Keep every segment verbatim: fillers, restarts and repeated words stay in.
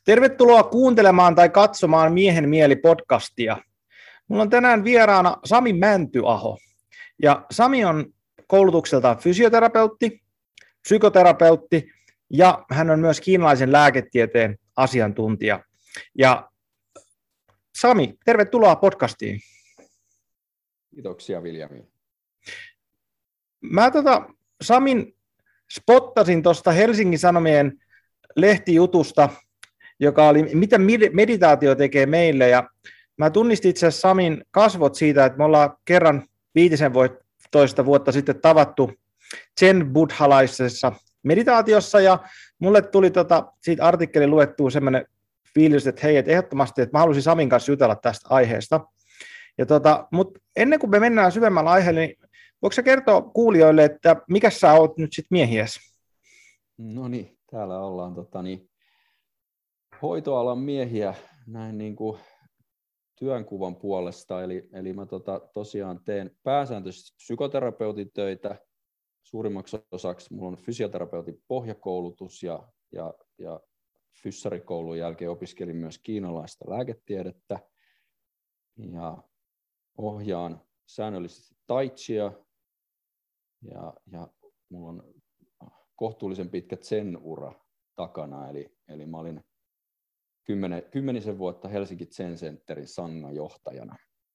Tervetuloa kuuntelemaan tai katsomaan Miehen mieli podcastia. Mulla on tänään vieraana Sami Mäntyaho. Ja Sami on koulutukseltaan fysioterapeutti, psykoterapeutti ja hän on myös kiinalaisen lääketieteen asiantuntija. Ja Sami, tervetuloa podcastiin. Kiitoksia, Viljami. Mä tota, Samin spottasin tuosta Helsingin Sanomien lehtijutusta, joka oli, mitä meditaatio tekee meille, ja mä tunnistin itse asiassa Samin kasvot siitä, että me ollaan kerran viitisen toista vuotta sitten tavattu zen-buddhalaisessa meditaatiossa, ja mulle tuli tota, siitä artikkelin luettua semmoinen fiilis, että hei, että ehdottomasti, että mä haluaisin Samin kanssa jutella tästä aiheesta. Ja tota, mutta ennen kuin me mennään syvemmällä aiheelle, niin voiko sä kertoa kuulijoille, että mikä sä oot nyt sitten miehiäs? No niin, täällä ollaan tota, niin, hoitoalan miehiä näin niin kuin työnkuvan puolesta, eli, eli mä tota, tosiaan teen pääsääntöisesti psykoterapeutin töitä. Suurimmaksi osaksi mulla on fysioterapeutin pohjakoulutus ja, ja, ja fyssarikoulun jälkeen opiskelin myös kiinalaista lääketiedettä ja ohjaan säännöllisesti tai chia ja, ja mulla on kohtuullisen pitkä zen-ura takana, eli, eli mä olin kymmenen, kymmenisen vuotta Helsinki Zen Centerin sangajohtajana.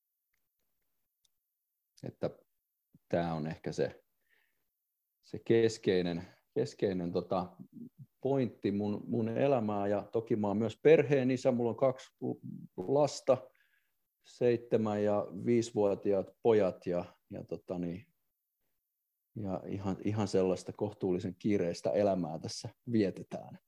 Että tämä on ehkä se, se keskeinen, keskeinen tota, pointti mun, mun elämää, ja toki mä oon myös perheen isä, mulla on kaksi lasta, seitsemän- ja viisivuotiaat pojat, ja, ja, tota niin, ja ihan, ihan sellaista kohtuullisen kiireistä elämää tässä vietetään.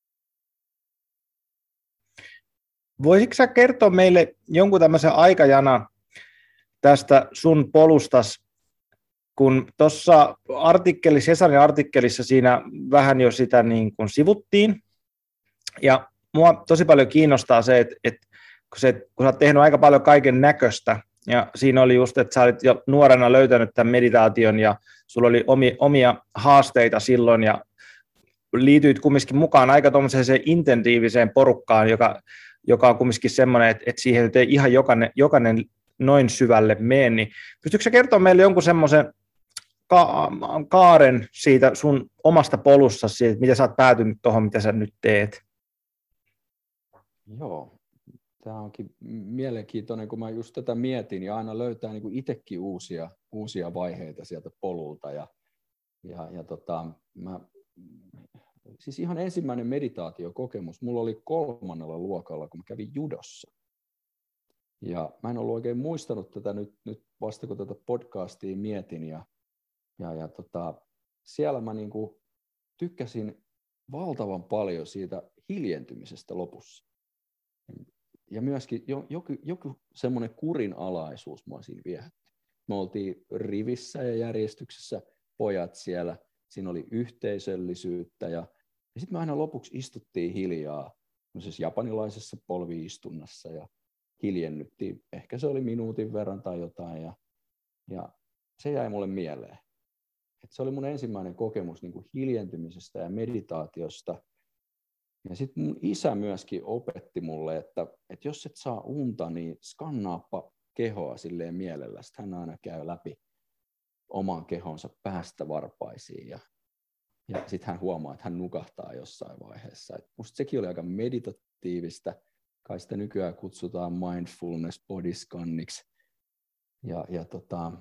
Voisitko sä kertoa meille jonkun tämmöisen aikajanan tästä sun polustas, kun tuossa artikkelissa, Hesarin artikkelissa siinä vähän jo sitä niin kuin sivuttiin, ja mua tosi paljon kiinnostaa se, että, että kun, se, kun sä oot tehnyt aika paljon kaiken näköistä, ja siinä oli just, että sä olit jo nuorena löytänyt tämän meditaation, ja sulla oli omia, omia haasteita silloin, ja liityit kumminkin mukaan aika tuollaiseen intensiiviseen porukkaan, joka, joka on kumminkin semmoinen, että, että siihen nyt ei ihan jokainen, jokainen noin syvälle mene, niin pystytkö sä kertoa meille jonkun semmoisen ka- kaaren siitä sun omasta polussasi, siitä, että miten sä oot päätynyt tuohon, mitä sä nyt teet? Joo, tämä onkin mielenkiintoinen, kun mä just tätä mietin, ja aina löytää niin kuin itsekin uusia, uusia vaiheita sieltä polulta, ja, ja, ja tota, mä, siis ihan ensimmäinen meditaatiokokemus, mulla oli kolmannella luokalla, kun mä kävin judossa. Ja mä en ollut oikein muistanut tätä nyt, nyt vasta kun tätä podcastia mietin, ja, ja, ja tota, siellä mä niin kuin tykkäsin valtavan paljon siitä hiljentymisestä lopussa. Ja myöskin joku, joku semmoinen kurinalaisuus mua siinä viehätti. Me oltiin rivissä ja järjestyksessä, pojat siellä, siinä oli yhteisöllisyyttä, ja, ja sitten me aina lopuksi istuttiin hiljaa japanilaisessa polvi-istunnassa ja hiljennyttiin. Ehkä se oli minuutin verran tai jotain, ja, ja se jäi mulle mieleen. Et se oli mun ensimmäinen kokemus niin kuin hiljentymisestä ja meditaatiosta. Ja sitten mun isä myöskin opetti mulle, että, että jos et saa unta, niin skannaappa kehoa silleen mielellä. Sitten hän aina käy läpi oman kehonsa päästä varpaisiin, ja, ja sitten hän huomaa, että hän nukahtaa jossain vaiheessa. Et musta sekin oli aika meditatiivista. Kai sitä nykyään kutsutaan mindfulness body scanniksi. Ja, ja, tota,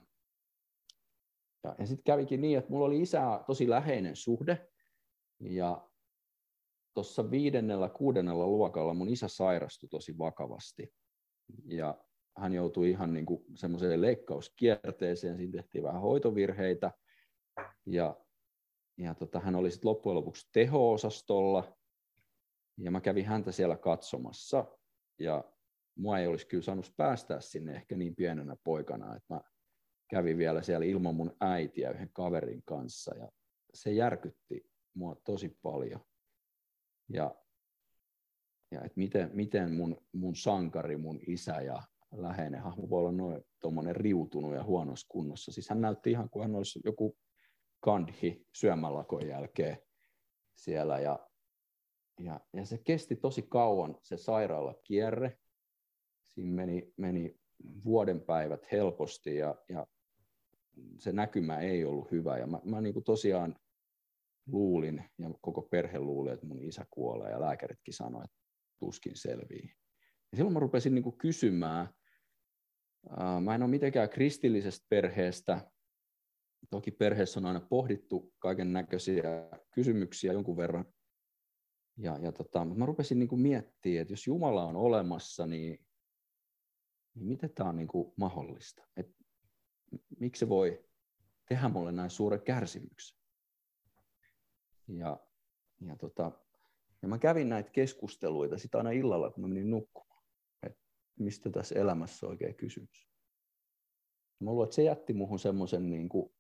ja, ja sitten kävikin niin, että mulla oli isää tosi läheinen suhde, ja tuossa viidennellä, kuudennella luokalla mun isä sairastui tosi vakavasti, ja hän joutui ihan niin kuin semmoiseen leikkauskierteeseen, siinä tehtiin vähän hoitovirheitä, ja, ja tota, hän oli sitten loppujen lopuksi teho-osastolla, ja mä kävin häntä siellä katsomassa, ja mua ei olisi kyllä saanut päästää sinne ehkä niin pienenä poikana, että mä kävin vielä siellä ilman mun äitiä yhden kaverin kanssa, ja se järkytti mua tosi paljon. Ja, ja että miten, miten mun, mun sankari, mun isä ja läheinen hahmo voi olla noin tuommoinen riutunut ja huonossa kunnossa. Siis hän näytti ihan kuin hän olisi joku kandhi syömälakon jälkeen siellä. Ja, ja, ja se kesti tosi kauan, se sairaalakierre. Siinä meni, meni vuoden päivät helposti, ja, ja se näkymä ei ollut hyvä. Ja mä, mä niin kuin tosiaan luulin, ja koko perhe luuli, että mun isä kuolee, ja lääkäritkin sanoi, että tuskin selvii. Ja silloin mä rupesin niin kuin kysymään. Mä en ole mitenkään kristillisestä perheestä. Toki perheessä on aina pohdittu kaiken näköisiä kysymyksiä jonkun verran. Ja, ja tota, mä rupesin niin kuin miettimään, että jos Jumala on olemassa, niin, niin miten tämä on niin kuin mahdollista? Et, miksi se voi tehdä mulle näin suuren kärsimyksen? Ja, ja, tota, ja mä kävin näitä keskusteluita sit aina illalla, kun mä menin nukkumaan. Et mistä tässä elämässä on oikein kysymys? Mä luulen, että se jätti muhun semmoisen niin kuin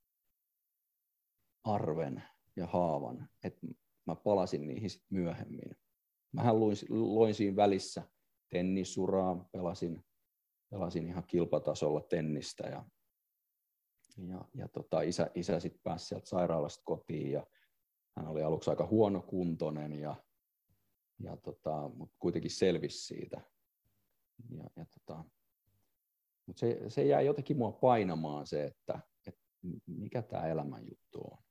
arven ja haavan, että mä palasin niihin sit myöhemmin. Mähän luin, loin siinä välissä tennisuraa, pelasin, pelasin ihan kilpatasolla tennistä ja, ja, ja tota, isä, isä sitten pääsi sieltä sairaalasta kotiin ja hän oli aluksi aika huonokuntoinen, ja, ja tota, mutta kuitenkin selvisi siitä. Ja, ja tota, mutta se, se jäi jotenkin mua painamaan se, että, että mikä tämä elämän juttu on.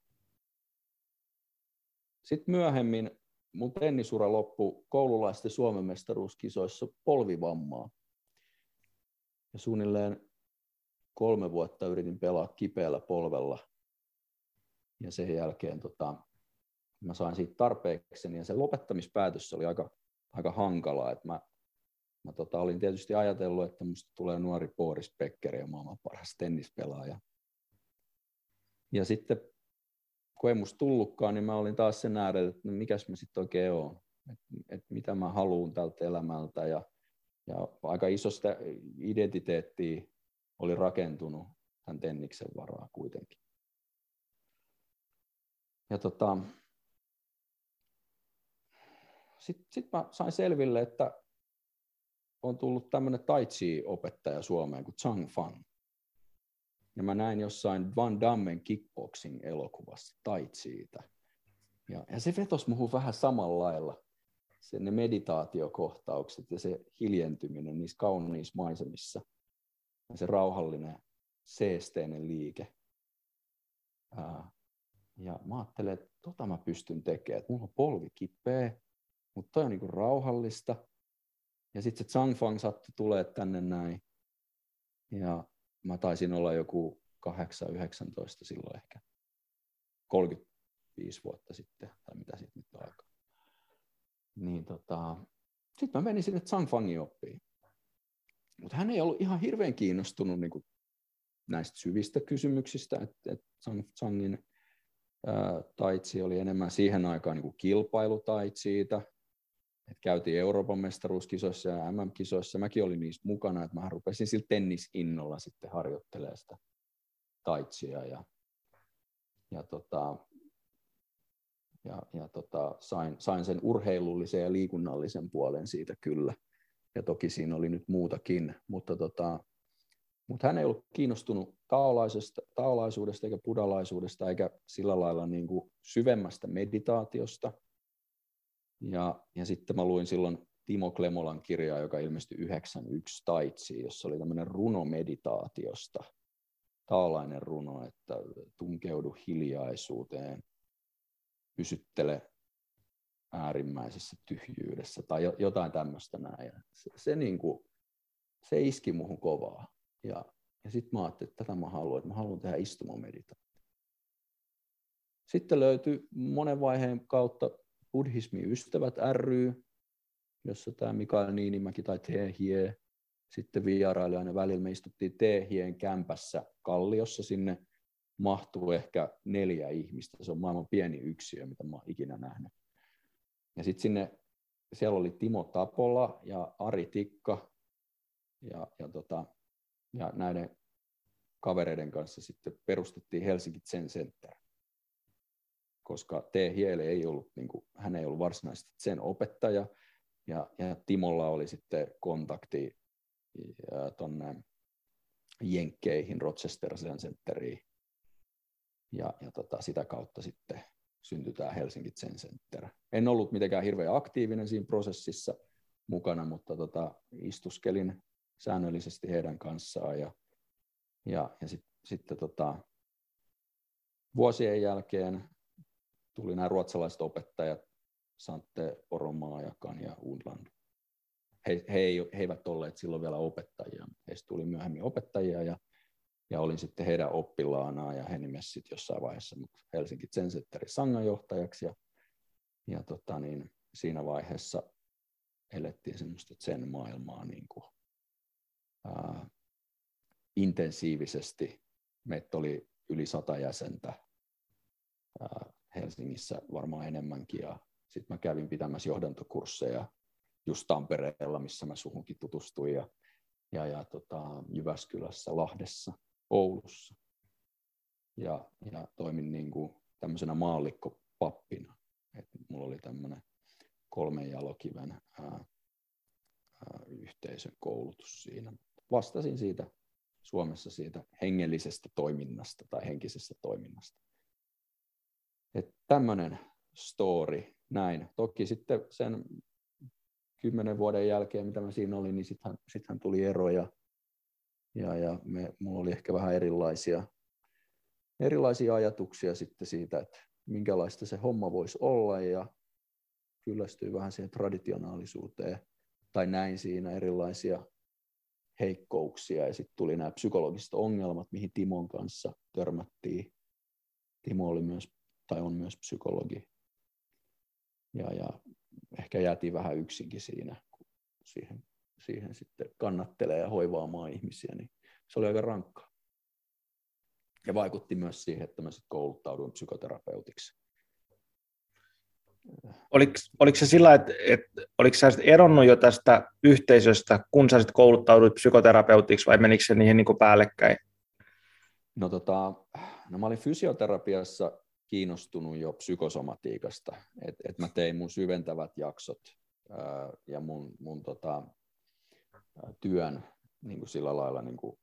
Sitten myöhemmin mun tennisura loppui koululaisten Suomen mestaruuskisoissa polvivammaa. Ja suunnilleen kolme vuotta yritin pelaa kipeällä polvella. Ja sen jälkeen tota, mä sain siitä tarpeeksi, ja se lopettamispäätös oli aika, aika hankala. Et mä mä tota, olin tietysti ajatellut, että musta tulee nuori Boris Becker ja maailman paras tennispelaaja. Ja sitten kun ei musta tullutkaan, niin mä olin taas sen äärellä, että no mikäs mä sitten oikein oon. Että et mitä mä haluun tältä elämältä. Ja, ja aika isosta identiteettiä oli rakentunut tämän tenniksen varaa kuitenkin. Ja tota, sitten sit mä sain selville, että on tullut tämmöinen tai chi-opettaja Suomeen kuin Chang Fang. Ja mä näin jossain Van Dammen kickboxing-elokuvassa tai chiitä. Ja, ja se vetosi muhun vähän samalla lailla. Se, ne meditaatiokohtaukset ja se hiljentyminen niissä kauniissa maisemissa. Ja se rauhallinen, seesteinen liike. Ää, ja mä ajattelen, että tota mä pystyn tekemään. Että mulla on polvi kipeä, mutta toi on niinku rauhallista. Ja sitten se Chang Fang sattui tulee tänne näin. Ja mä taisin olla joku kahdeksan yhdeksäntoista silloin ehkä. kolmekymmentäviisi vuotta sitten, tai mitä sitten nyt on aikaa. Niin tota, sitten mä menin sinne Chang Fangin oppiin. Mutta hän ei ollut ihan hirveän kiinnostunut niin kuin näistä syvistä kysymyksistä. Että et Chang Fangin ää, tai chi oli enemmän siihen aikaan niin kuin kilpailu tai chiitä. Et käytiin Euroopan mestaruuskisoissa ja M M-kisoissa. Mäkin olin niissä mukana, että mä rupesin sillä tennisinnolla sitten harjoittelemaan sitä tai chiä. Ja, ja, tota, ja, ja tota, sain, sain sen urheilullisen ja liikunnallisen puolen siitä kyllä. Ja toki siinä oli nyt muutakin, mutta, tota, mutta hän ei ollut kiinnostunut taolaisuudesta eikä buddhalaisuudesta eikä sillä lailla niin kuin syvemmästä meditaatiosta. Ja, ja sitten mä luin silloin Timo Klemolan kirjaa, joka ilmestyi yhdeksänkymmentäyksi tai chi, jossa oli tämmöinen runo meditaatiosta. Taolainen runo, että tunkeudu hiljaisuuteen, pysyttele äärimmäisessä tyhjyydessä tai jotain tämmöistä näin. Se, se, niin kuin, se iski muhun kovaa. Ja, ja sitten mä ajattelin, että tätä mä haluan, että mä haluan tehdä istumameditaatio. Sitten löytyi monen vaiheen kautta Buddhismin ystävät ry, jossa tämä Mikael Niinimäki tai Te Hie sitten vieraili aina välillä. Me istuttiin Te Hien kämpässä Kalliossa, sinne mahtuu ehkä neljä ihmistä. Se on maailman pieni yksiö, mitä mä oon ikinä nähnyt. Ja sitten sinne, siellä oli Timo Tapola ja Ari Tikka ja, ja, tota, ja näiden kavereiden kanssa sitten perustettiin Helsinki Zen Center. Koska Te Hielle ei ollut, niin kuin, hän ei ollut varsinaisesti sen opettaja, ja, ja Timolla oli sitten kontakti tuonne Jenkkeihin, Rochester Zen Centeriin, ja, ja tota, sitä kautta sitten syntyi tämä Helsinki Zen Center. En ollut mitenkään hirveän aktiivinen siinä prosessissa mukana, mutta tota, istuskelin säännöllisesti heidän kanssaan ja, ja, ja sitten sit, tota, vuosien jälkeen tuli nämä ruotsalaiset opettajat, Santte Poromaa ja Kanja Udland. He, he, ei, he eivät olleet silloin vielä opettajia, heistä tuli myöhemmin opettajia ja, ja olin sitten heidän oppilaanaan ja he nimesivät jossain vaiheessa mut Helsinki Zen Centerin sanganjohtajaksi ja, ja tota niin, siinä vaiheessa elettiin semmoista zen-maailmaa niin kuin, ää, intensiivisesti. Meitä oli yli sata jäsentä ää, Helsingissä, varmaan enemmänkin. Ja sitten mä kävin pitämässä johdantokursseja just Tampereella, missä mä suhunkin tutustuin, ja, ja, ja tota, Jyväskylässä, Lahdessa, Oulussa. Ja, ja toimin niin kuin tämmöisenä maallikkopappina. Et mulla oli tämmöinen kolmen jalokiven ää, ää, yhteisön koulutus siinä. Vastasin siitä Suomessa siitä hengellisestä toiminnasta tai henkisestä toiminnasta. Että tämmöinen story näin. Toki sitten sen kymmenen vuoden jälkeen, mitä mä siinä olin, niin sittenhän, sittenhän tuli eroja. Ja, ja me, mulla oli ehkä vähän erilaisia, erilaisia ajatuksia sitten siitä, että minkälaista se homma voisi olla. Ja kyllästyin vähän siihen traditionaalisuuteen tai näin siinä erilaisia heikkouksia. Ja sitten tuli nämä psykologiset ongelmat, mihin Timon kanssa törmättiin. Timo oli myös, tai on myös psykologi. Ja, ja ehkä jäätiin vähän yksinkin siinä, kun siihen, siihen sitten kannattelee ja hoivaamaan ihmisiä, niin se oli aika rankkaa. Ja vaikutti myös siihen, että mä sitten kouluttauduin psykoterapeutiksi. Oliko, oliko se sillä, että, että oliko sä eronnut jo tästä yhteisöstä, kun sä sitten kouluttauduit psykoterapeutiksi, vai menikö se niihin niin kuin päällekkäin? No, tota, no mä olin fysioterapiassa kiinnostunut jo psykosomatiikasta, että et mä tein mun syventävät jaksot ää, ja mun, mun tota, työn niin kuin sillä lailla niin kuin,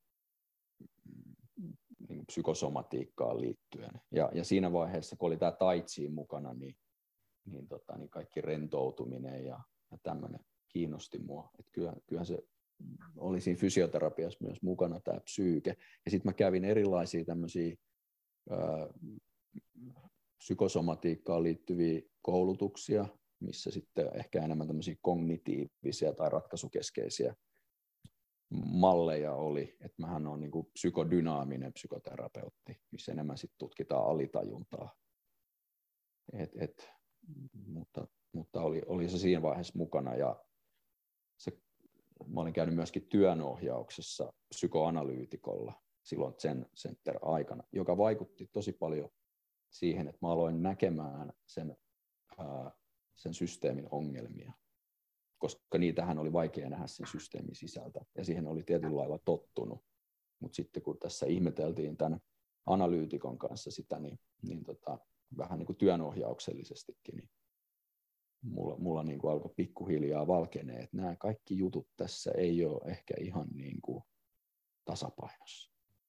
niin kuin psykosomatiikkaan liittyen. Ja, ja siinä vaiheessa, kun oli tämä tai chiin mukana, niin, niin, tota, niin kaikki rentoutuminen ja, ja tämmöinen kiinnosti mua. Et kyllähän, kyllähän se oli siinä fysioterapiassa myös mukana tämä psyyke. Ja sitten mä kävin erilaisia tämmöisiä ää, psykosomatiikkaan liittyviä koulutuksia, missä sitten ehkä enemmän tämmöisiä kognitiivisia tai ratkaisukeskeisiä malleja oli, että mähän olen niin kuin psykodynaaminen psykoterapeutti, missä enemmän sitten tutkitaan alitajuntaa. Et, et, mutta mutta oli, oli se siinä vaiheessa mukana ja se, mä olin käynyt myöskin työnohjauksessa psykoanalyytikolla silloin Zen Center aikana, joka vaikutti tosi paljon siihen, että mä aloin näkemään sen, ää, sen systeemin ongelmia, koska niitähän oli vaikea nähdä sen systeemin sisältä, ja siihen oli tietyllä lailla tottunut. Mutta sitten kun tässä ihmeteltiin tämän analyytikon kanssa sitä, niin, niin tota, vähän niin kuin työnohjauksellisestikin, niin mulla, mulla niin kuin alkoi pikkuhiljaa valkenee, että nämä kaikki jutut tässä ei ole ehkä ihan niin kuin tasapainossa.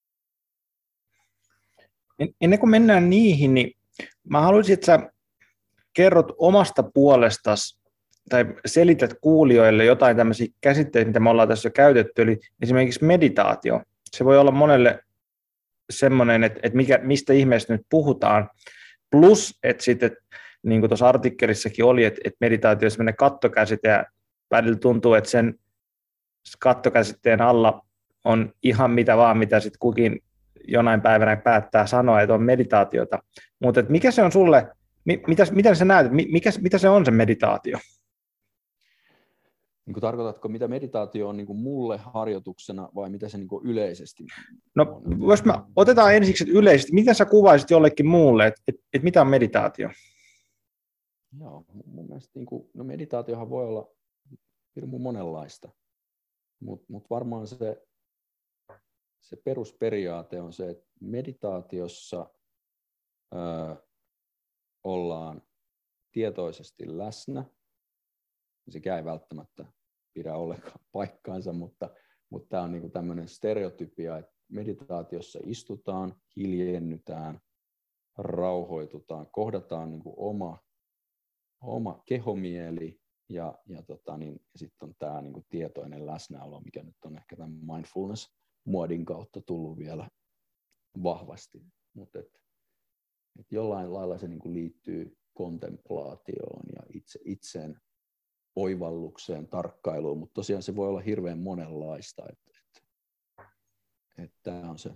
Ennen kuin mennään niihin, niin mä haluaisin, että sä kerrot omasta puolestasi tai selität kuulijoille jotain tämmöisiä käsitteitä, mitä me ollaan tässä jo käytetty, eli esimerkiksi meditaatio. Se voi olla monelle semmoinen, että, että mikä, mistä ihmeestä nyt puhutaan, plus, että sitten, niin kuin tuossa artikkelissakin oli, että, että meditaatio on semmoinen kattokäsite, ja välillä tuntuu, että sen kattokäsitteen alla on ihan mitä vaan, mitä sitten kukin jonain päivänä päättää sanoa, että on meditaatiota. Mutta mikä se on sulle, mitä, mitä sä näet, mikä, mitä se on se meditaatio? Niin kuin tarkoitatko, mitä meditaatio on niin kuin mulle harjoituksena vai mitä se niin kuin yleisesti no, on? Jos me otetaan ensiksi yleisesti, mitä sä kuvaisit jollekin muulle, että et, et mitä on meditaatio? Joo, mun mielestä niin kuin, no meditaatiohan voi olla hirmu monenlaista, mutta mut varmaan se, se perusperiaate on se, että meditaatiossa ö, ollaan tietoisesti läsnä. Sekä ei välttämättä pidä ollenkaan paikkaansa, mutta, mutta tämä on niin kuin tämmöinen stereotypia, että meditaatiossa istutaan, hiljennytään, rauhoitutaan, kohdataan niin kuin oma, oma kehomieli ja, ja tota, niin, sitten on tämä niin kuin tietoinen läsnäolo, mikä nyt on ehkä tämän mindfulness-muodin kautta tullut vielä vahvasti, mutta et, et jollain lailla se niin kuin liittyy kontemplaatioon ja itse, itseen oivallukseen, tarkkailuun, mutta tosiaan se voi olla hirveän monenlaista, että et, et tämä on se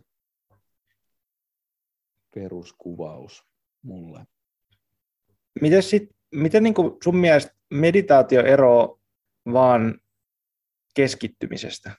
peruskuvaus mulle. Miten, sit, miten niin kuin sun mielestä meditaatio eroaa vaan keskittymisestä?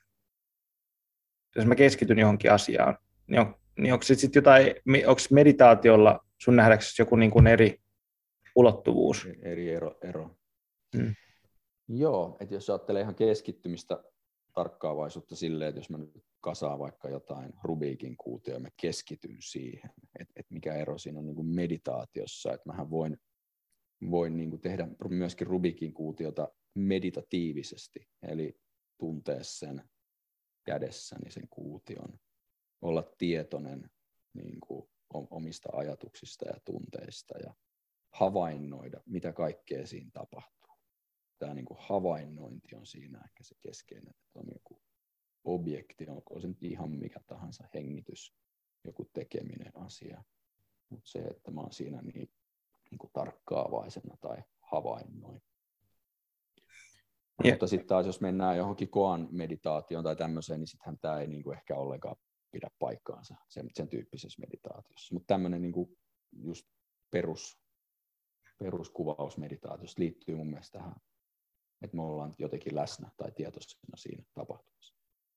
Jos mä keskityn johonkin asiaan, niin, on, niin onko, sit jotain, onko meditaatiolla sun nähdäksesi joku niin kuin eri ulottuvuus? Eri ero. ero. Hmm. Joo, että jos ajattelee ihan keskittymistä, tarkkaavaisuutta silleen, että jos mä nyt kasaan vaikka jotain Rubikin kuutioa, mä keskityn siihen, että et mikä ero siinä on niin kuin meditaatiossa, että mähän voin, voin niin kuin tehdä myöskin Rubikin kuutiota meditatiivisesti, eli tuntea sen kädessäni sen kuution, olla tietoinen niin kuin omista ajatuksista ja tunteista ja havainnoida, mitä kaikkea siinä tapahtuu. Tämä niin kuin havainnointi on siinä ehkä se keskeinen, että on joku objekti, onko se nyt ihan mikä tahansa hengitys, joku tekeminen asia, mutta se, että mä oon siinä niin, niin kuin tarkkaavaisena tai havainnoin. Yeah. Mutta sitten taas, jos mennään johonkin koan meditaatioon tai tämmöiseen, niin sittenhän tämä ei niin kuin ehkä ollenkaan pidä paikkaansa sen, sen tyyppisessä meditaatiossa. Mutta tämmöinen niin kuin just perus, peruskuvaus meditaatiosta liittyy mun mielestä tähän, että me ollaan jotenkin läsnä tai tietoisena siinä tapahtumassa.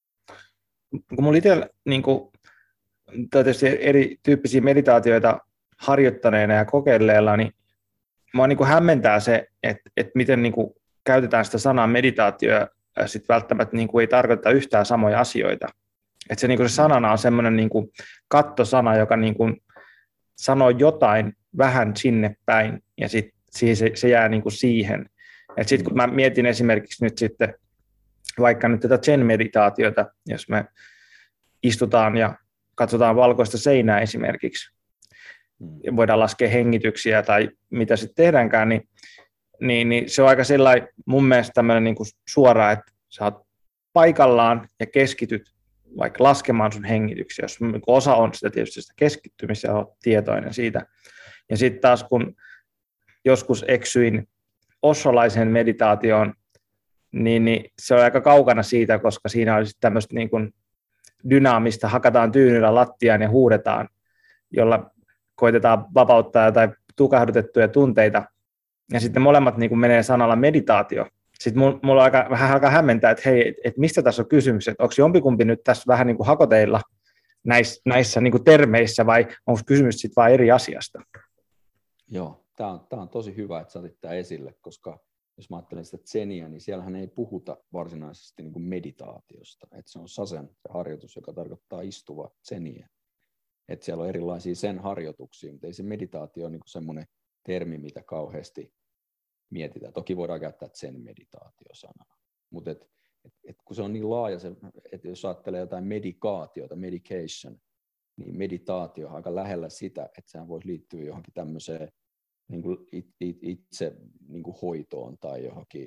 Kun mulla itsellä niin kuin, tietysti erityyppisiä meditaatioita harjoittaneena ja kokeilleella, niin mua niin kuin hämmentää se, että, että miten niin kuin käytetään sitä sanaa meditaatio ja sitten välttämättä niin kuin ei tarkoita yhtään samoja asioita. Että se, niin kuin se sanana on semmoinen niin kuin kattosana, joka niin kuin sanoo jotain vähän sinne päin ja sitten se, se jää niin kuin siihen. Että sitten kun mä mietin esimerkiksi nyt sitten vaikka nyt tätä Zen-meditaatiota, jos me istutaan ja katsotaan valkoista seinää esimerkiksi, ja voidaan laskea hengityksiä tai mitä sitten tehdäänkään, niin, niin, niin se on aika sellainen mun mielestä tämmöinen niin kuin suora, että sä oot paikallaan ja keskityt vaikka laskemaan sun hengityksiä, jos osa on sitä tietysti sitä keskittymistä ja oot tietoinen siitä. Ja sitten taas kun joskus eksyin osholaiseen meditaatioon, niin, niin se on aika kaukana siitä, koska siinä olisi tämmöistä niin kuin dynaamista, hakataan tyynyllä lattiaan ja huudetaan, jolla koitetaan vapauttaa jotain tukahdutettuja tunteita. Ja sitten molemmat niin kuin menee sanalla meditaatio. Sitten mulla on aika, vähän alkaa hämmentää, että hei, että mistä tässä on kysymys, että onko jompikumpi nyt tässä vähän niin kuin hakoteilla näissä, näissä niin kuin termeissä vai onko kysymys sitten vain eri asiasta? Joo, tämä on, tämä on tosi hyvä, että sä otit tämän esille, koska jos mä ajattelen sitä tseniä, niin siellähän ei puhuta varsinaisesti niin kuin meditaatiosta. Että se on sasen se harjoitus, joka tarkoittaa istuvaa tseniä. Että siellä on erilaisia sen harjoituksia, mutta ei se meditaatio ole niin kuin semmoinen termi, mitä kauheasti mietitään. Toki voidaan käyttää sen meditaatiosanaa, mutta et, et, et kun se on niin laaja, se, että jos ajattelee jotain medikaatiota, medication, niin meditaatio on aika lähellä sitä, että sehän voisi liittyä johonkin tämmöiseen niin kuin itse niin kuin hoitoon tai johonkin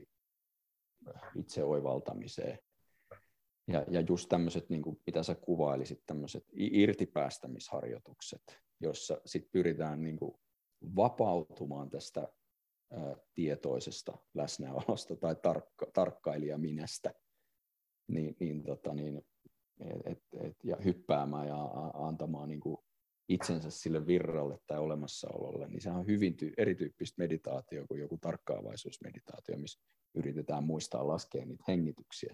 itseoivaltamiseen. Ja, ja just tämmöiset, niin kuin, mitä sä kuvailisit, tämmöiset irtipäästämisharjoitukset, joissa sit pyritään niin kuin vapautumaan tästä ä, tietoisesta läsnäolosta tai tarkka, tarkkailijaminästä, niin, niin, tota, niin, et, et, ja hyppäämään ja antamaan niin kuin itsensä sille virralle tai olemassaololle, niin sehän on hyvin ty- erityyppistä meditaatio kuin joku tarkkaavaisuusmeditaatio, missä yritetään muistaa laskea niitä hengityksiä.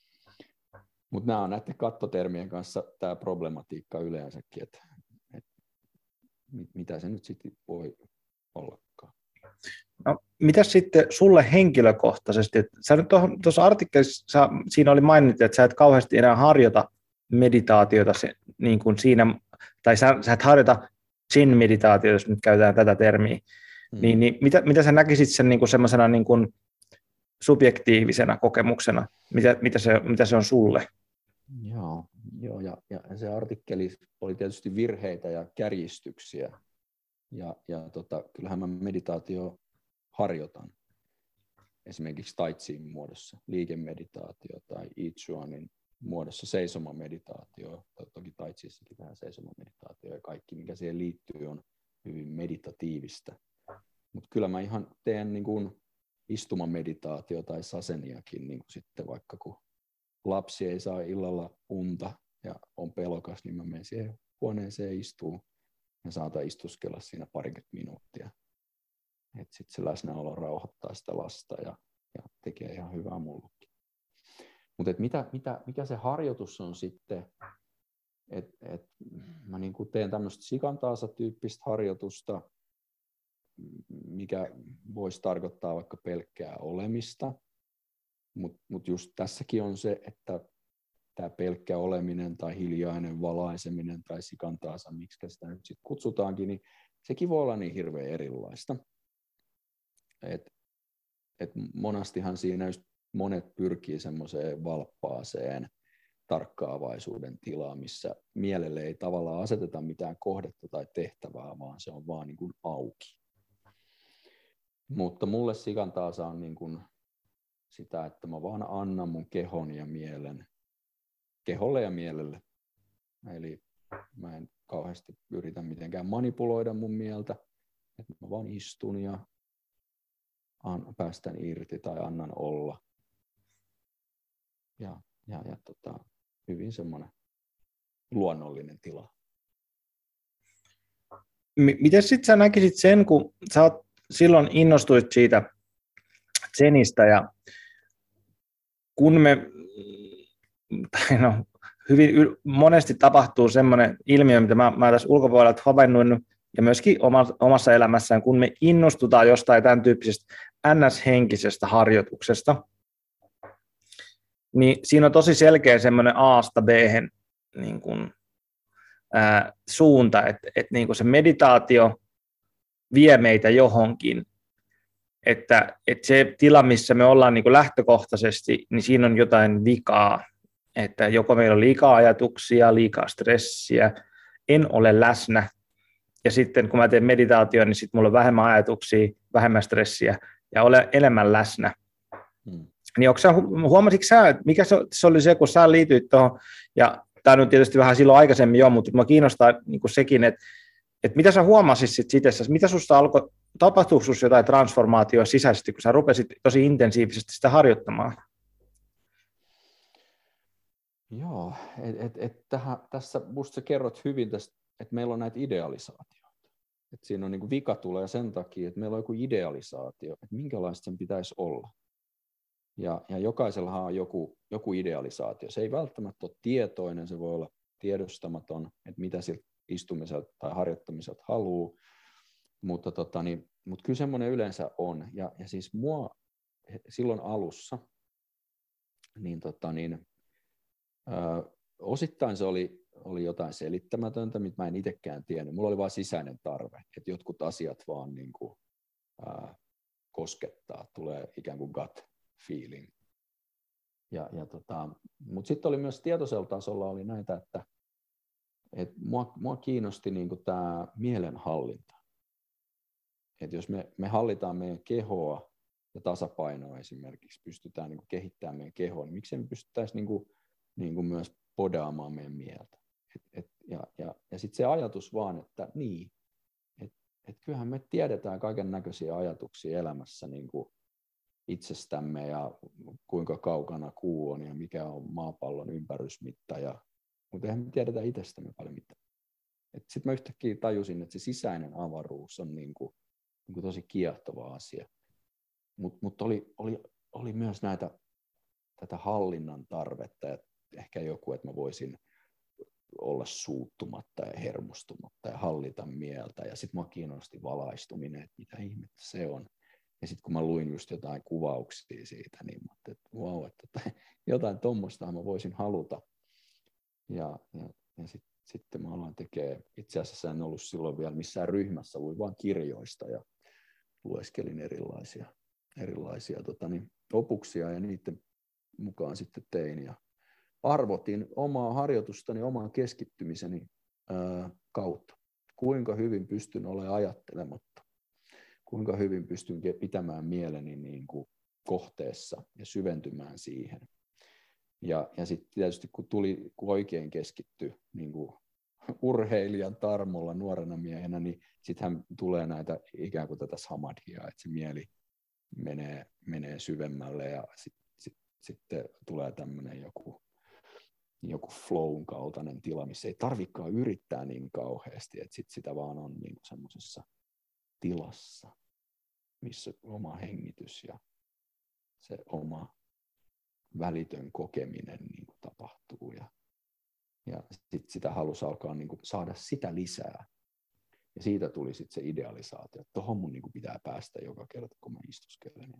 Mutta nämä on näiden kattotermien kanssa tämä problematiikka yleensäkin, että et, mitä se nyt sitten voi ollakaan. No, mitäs sitten sulle henkilökohtaisesti? Sä nyt tuossa artikkelissa siinä oli mainittu, että sä et kauheasti enää harjoita meditaatiota se, niin kuin siinä, tai sä, sä et harjoita Zen-meditaatiota, jos nyt käytetään tätä termiä, hmm. niin, niin mitä, mitä sä näkisit sen niin kuin semmoisena niin kuin subjektiivisena kokemuksena, mitä, mitä, se, mitä se on sulle? Joo, joo ja, ja se artikkeli oli tietysti virheitä ja kärjistyksiä, Ja, ja tota, kyllähän mä meditaatio harjoitan. Esimerkiksi tai chiin muodossa, liikemeditaatio tai I Chuanin muodossa seisomameditaatio. Toki tai chiissakin vähän seisomameditaatio ja kaikki, mikä siihen liittyy, on hyvin meditatiivista. Mutta kyllä mä ihan teen niin kuin istumameditaatio tai saseniakin niin kuin sitten vaikka kun lapsi ei saa illalla unta ja on pelokas, niin mä menen siihen huoneeseen istuun ja saatan istuskella siinä parikymmentä minuuttia. Että sitten se läsnäolo rauhoittaa sitä lasta ja, ja tekee ihan hyvää mullekin. Mutta mitä, mitä, mikä se harjoitus on sitten, että et mä niinku teen tämmöistä sikantaasa-tyyppistä harjoitusta, mikä voisi tarkoittaa vaikka pelkkää olemista, mutta mut just tässäkin on se, että tämä pelkkä oleminen tai hiljainen valaiseminen tai sikantaasa, miksi sitä nyt sitten kutsutaankin, niin sekin voi olla niin hirveän erilaista. Et, et monastihan siinä just monet pyrkii semmoiseen valppaaseen tarkkaavaisuuden tilaan, missä mielelle ei tavallaan aseteta mitään kohdetta tai tehtävää, vaan se on vaan niin kuin auki. Mutta mulle sikantaasa on niin kuin sitä, että mä vaan annan mun kehon ja mielen, keholle ja mielelle. Eli mä en kauheasti yritä mitenkään manipuloida mun mieltä, että mä vaan istun ja päästän irti tai annan olla. Ja, ja, ja tota, hyvin semmoinen luonnollinen tila. M- miten sitten sä näkisit sen, kun sä oot silloin innostuit siitä zenistä ja kun me, tai no, hyvin monesti tapahtuu semmoinen ilmiö, mitä mä, mä tässä ulkopuolelta havainnoin ja myöskin omassa elämässään, kun me innostutaan jostain tämän tyyppisestä N S-henkisestä harjoituksesta, niin siinä on tosi selkeä semmoinen A-sta B-hen niin kuin, ää, suunta, että, että niin kuin se meditaatio vie meitä johonkin, että, että se tila, missä me ollaan niin kuin lähtökohtaisesti, niin siinä on jotain vikaa, että joko meillä on liikaa ajatuksia, liikaa stressiä, en ole läsnä, ja sitten kun mä teen meditaatio, niin sitten mulla on vähemmän ajatuksia, vähemmän stressiä, ja olen enemmän läsnä. Hmm. Niin onko sä, huomasitko sä, että mikä se oli se, kun sä liityit tuohon, ja tämä on tietysti vähän silloin aikaisemmin jo, mutta minua kiinnostaa niin kuin sekin, että, että mitä sä huomasit sit itessä, mitä susta alkoi, tapahtuiko susta jotain transformaatioa sisäisesti, kun sä rupesit tosi intensiivisesti sitä harjoittamaan? Joo, et, et, et tähän, tässä musta sä kerrot hyvin tästä, että meillä on näitä idealisaatioita. Et siinä on niin kuin vika tulee sen takia, että meillä on joku idealisaatio, että minkälaista sen pitäisi olla. Ja, ja jokaisellahan on joku, joku idealisaatio. Se ei välttämättä ole tietoinen, se voi olla tiedostamaton, että mitä siltä istumiselta tai harjoittamiselta haluaa. Mutta, tota, niin, mutta kyllä semmoinen yleensä on. Ja, ja siis mua silloin alussa, niin, tota, niin ö, osittain se oli, oli jotain selittämätöntä, mitä mä en itsekään tiennyt. Mulla oli vain sisäinen tarve, että jotkut asiat vaan niin kuin, ö, koskettaa, tulee ikään kuin gut feeling. Ja, ja tota, mutta sitten oli myös tietoisella tasolla oli näitä, että et mua, mua kiinnosti niinku tämä mielenhallinta. Et jos me, me hallitaan meidän kehoa ja tasapainoa esimerkiksi, pystytään niinku kehittämään meidän kehoa, niin miksei me pystyttäisi niinku, niinku myös podaamaan meidän mieltä. Et, et, ja ja, ja sitten se ajatus vaan, että niin, että et kyllähän me tiedetään kaiken näköisiä ajatuksia elämässä, niinku itsestämme ja kuinka kaukana kuu on ja mikä on maapallon ympärysmitta, ja, mutta eihän me tiedetä itsestämme paljon mitään. Sitten mä yhtäkkiä tajusin, että se sisäinen avaruus on niin kuin, niin kuin tosi kiehtova asia, mutta mut oli, oli, oli myös näitä, tätä hallinnan tarvetta, ja ehkä joku, että mä voisin olla suuttumatta ja hermostumatta ja hallita mieltä, ja sitten mua kiinnosti valaistuminen, että mitä ihmettä se on. Ja sitten kun mä luin just jotain kuvauksia siitä, niin mä ajattelin, että vau, että jotain tuommoista mä voisin haluta. Ja, ja, ja sitten sit mä aloin tekemään, itse asiassa en ollut silloin vielä missään ryhmässä, luin vaan kirjoista ja lueskelin erilaisia, erilaisia tota niin, opuksia ja niiden mukaan sitten tein. Ja arvotin omaa harjoitustani, oman keskittymiseni ää, kautta. kuinka hyvin pystyn olemaan ajattelematta, kuinka hyvin pystyn pitämään mieleni niin kuin kohteessa ja syventymään siihen. Ja, ja sitten tietysti kun tuli, kun oikein keskittyi niin kuin urheilijan tarmolla nuorena miehenä, niin sittenhän tulee näitä ikään kuin tätä samadhia, että se mieli menee, menee syvemmälle ja sitten sit, sitten tulee tämmöinen joku, joku flown kaltainen tila, missä ei tarvitsekaan yrittää niin kauheasti, että sit sitä vaan on niin kuin semmoisessa tilassa, missä oma hengitys ja se oma välitön kokeminen niin kuin tapahtuu ja, ja sit sitä halusi alkaa niin kuin saada sitä lisää. Ja siitä tuli sitten se idealisaatio, että tohon mun niin kuin pitää päästä joka kerta, kun mä istuskelen.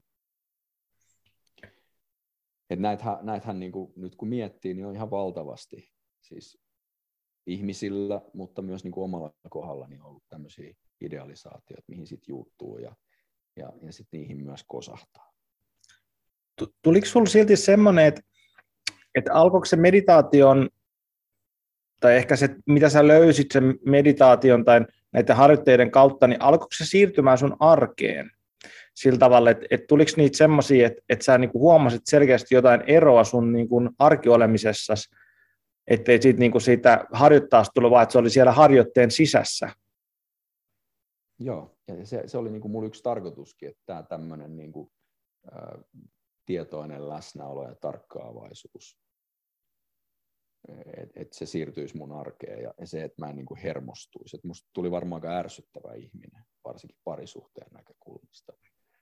Et näitähän, näitähän niin kuin, nyt kun miettii, niin on ihan valtavasti siis ihmisillä, mutta myös niin kuin omalla kohdalla niin on ollut tämmöisiä idealisaatioita, mihin sitten juuttuu ja, ja, ja sitten niihin myös kosahtaa. Tuliko sinulla silti semmoinen, että, että alkoiko se meditaation, tai ehkä se, mitä sä löysit sen meditaation tai näiden harjoitteiden kautta, niin alkoiko se siirtymään sun arkeen sillä tavalla, että, että tuliko niitä semmoisia, että, että sä niin kuin huomasit selkeästi jotain eroa sun niin kuin arkiolemisessasi, ettei siitä, niin kuin siitä harjoittaasta tullut, vaan että se oli siellä harjoitteen sisässä? Joo, ja se, se oli niin kuin mulla yksi tarkoituskin, että tämä tämmöinen niin kuin, ä, tietoinen läsnäolo ja tarkkaavaisuus, että et se siirtyisi mun arkeen ja, ja se, että mä en niin kuin hermostuisi. Et musta tuli varmaan aika ärsyttävä ihminen, varsinkin parisuhteen näkökulmasta.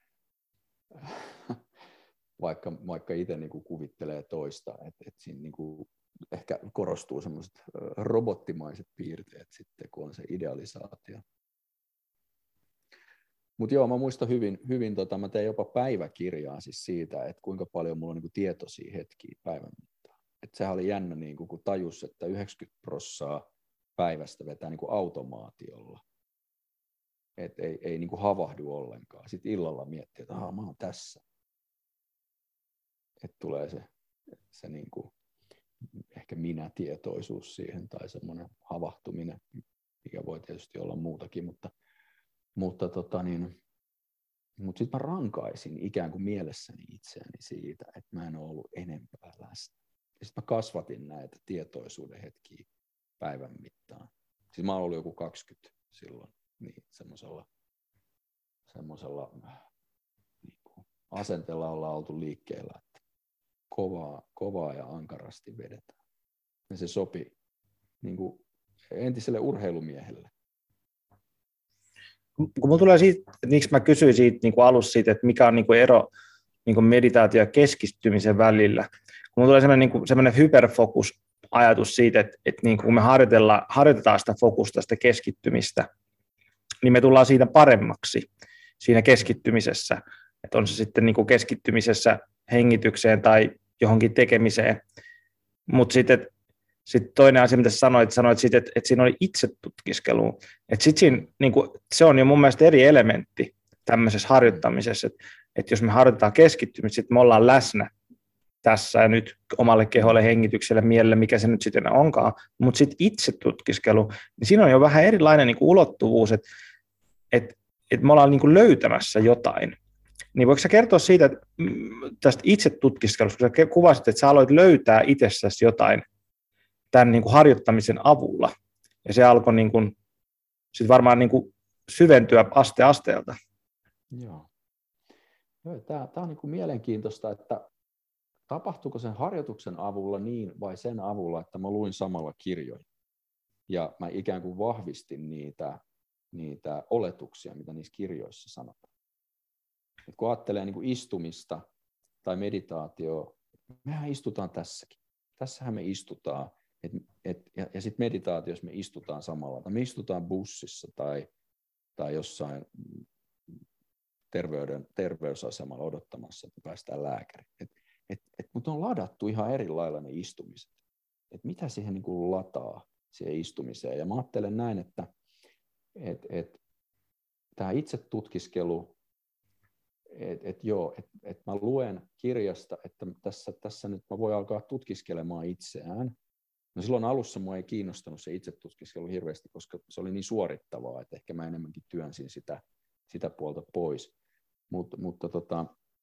Vaikka, vaikka itse niin kuin kuvittelee toista, että et siinä niin kuin ehkä korostuu semmoiset robottimaiset piirteet sitten, kun on se idealisaatio. Mutta joo, mä muistan hyvin, hyvin tota, mä tein jopa päiväkirjaa siis siitä, että kuinka paljon mulla on niinku tietoisia hetkiä päivän mittaan. Et sehän oli jännä, niinku, kun tajus, että yhdeksänkymmentä prosenttia päivästä vetää niinku automaatiolla. Et ei ei niinku havahdu ollenkaan. Sitten illalla miettii, että mä oon tässä. Että tulee se, se niinku, ehkä minä-tietoisuus siihen tai semmoinen havahtuminen, mikä voi tietysti olla muutakin, mutta Mutta, tota niin, mutta sitten mä rankaisin ikään kuin mielessäni itseäni siitä, että mä en ole ollut enempää läsnä. Ja sitten mä kasvatin näitä tietoisuuden hetkiä päivän mittaan. Siis mä oon ollut joku kaksikymmentä silloin, niin semmoisella, semmoisella niin kuin asenteella ollaan oltu liikkeellä, että kovaa, kovaa ja ankarasti vedetään. Ja se sopi niin kuin entiselle urheilumiehelle. Kun minulla tulee siitä, että miksi mä kysyin siitä niin kuin alussa siitä, että mikä on niin kuin ero niin kuin meditaatio ja keskittymisen välillä. Kun minulla tulee sellainen, niin kuin, sellainen hyperfokus-ajatus siitä, että, että niin kuin kun me harjoitellaan, harjoitetaan sitä fokusta, sitä keskittymistä, niin me tullaan siitä paremmaksi siinä keskittymisessä. Että on se sitten niin kuin keskittymisessä hengitykseen tai johonkin tekemiseen. Mutta sitten Sitten toinen asia, mitä sanoit, sanoit siitä, että, että siinä oli itsetutkiskelu. Että sit siinä, niin kuin, se on jo mun mielestä eri elementti tämmöisessä harjoittamisessa, että, että jos me harjoitetaan keskittymistä, sitten me ollaan läsnä tässä ja nyt omalle keholle, hengitykselle, mielelle, mikä se nyt sitten onkaan, mutta sitten itsetutkiskelu, niin siinä on jo vähän erilainen niin kuin ulottuvuus, että, että, että me ollaan niin kuin löytämässä jotain. Niin voiko sä kertoa siitä, että tästä itsetutkiskelusta, kun sä kuvasit, että sä aloit löytää itsessäsi jotain tämän niin kuin harjoittamisen avulla, ja se alkoi niin kuin, sit varmaan niin kuin syventyä aste asteelta. Joo. Tämä, tämä on niin kuin mielenkiintoista, että tapahtuiko sen harjoituksen avulla niin vai sen avulla, että mä luin samalla kirjoja. Ja mä ikään kuin vahvistin niitä, niitä oletuksia, mitä niissä kirjoissa sanotaan. Et kun ajattelee niin kuin istumista tai meditaatioa, mehän istutaan tässäkin. Tässähän me istutaan. Et, et, ja ja sitten meditaatiossa me istutaan samalla. Me istutaan bussissa tai, tai jossain terveyden, terveysasemalla odottamassa, että päästään lääkäriin. Et, et, et, mutta on ladattu ihan eri lailla ne istumiset. Et mitä siihen niin kuin lataa siihen istumiseen. Ja mä ajattelen näin, että et, et, tämä itsetutkiskelu, että et joo, että et mä luen kirjasta, että tässä, tässä nyt mä voin alkaa tutkiskelemaan itseään. No silloin alussa mua ei kiinnostanut se itsetutkiskelu hirveästi, koska se oli niin suorittavaa, että ehkä mä enemmänkin työnsin sitä, sitä puolta pois. Mut, mutta tota,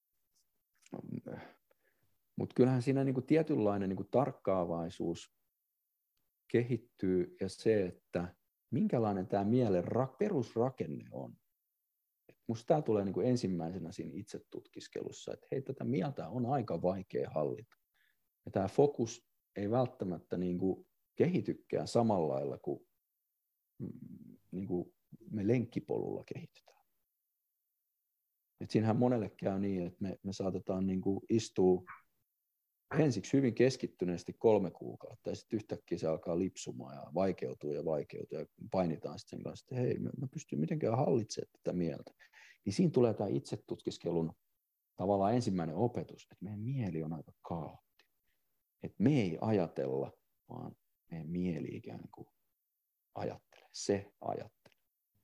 mut kyllähän siinä niinku tietynlainen niinku tarkkaavaisuus kehittyy ja se, että minkälainen tämä mielen ra- perusrakenne on. Musta tämä tulee niinku ensimmäisenä siinä itsetutkiskelussa, että hei, tätä mieltä on aika vaikea hallita. Ja tämä fokus ei välttämättä niinku kehitykään samalla lailla kuin niinku me lenkkipolulla kehitytään. Et siinähän monelle käy niin, että me, me saatetaan niinku istua ensiksi hyvin keskittyneesti kolme kuukautta ja sitten yhtäkkiä se alkaa lipsumaan ja vaikeutuu ja vaikeutuu ja painitaan sitten sen kanssa, että hei, mä, mä pystyn mitenkään hallitsemaan tätä mieltä. Niin siinä tulee tämä itsetutkiskelun tavallaan ensimmäinen opetus, että meidän mieli on aika kaoottinen. Että me ei ajatella, vaan meidän mieli ikään kuin ajattelee. Se ajattelee.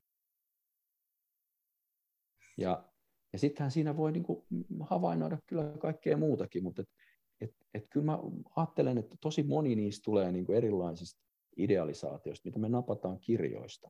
Ja, ja sittenhän siinä voi niin kuin havainnoida kyllä kaikkea muutakin, mutta et, et, et kyllä mä ajattelen, että tosi moni niistä tulee niin kuin erilaisista idealisaatioista, mitä me napataan kirjoista.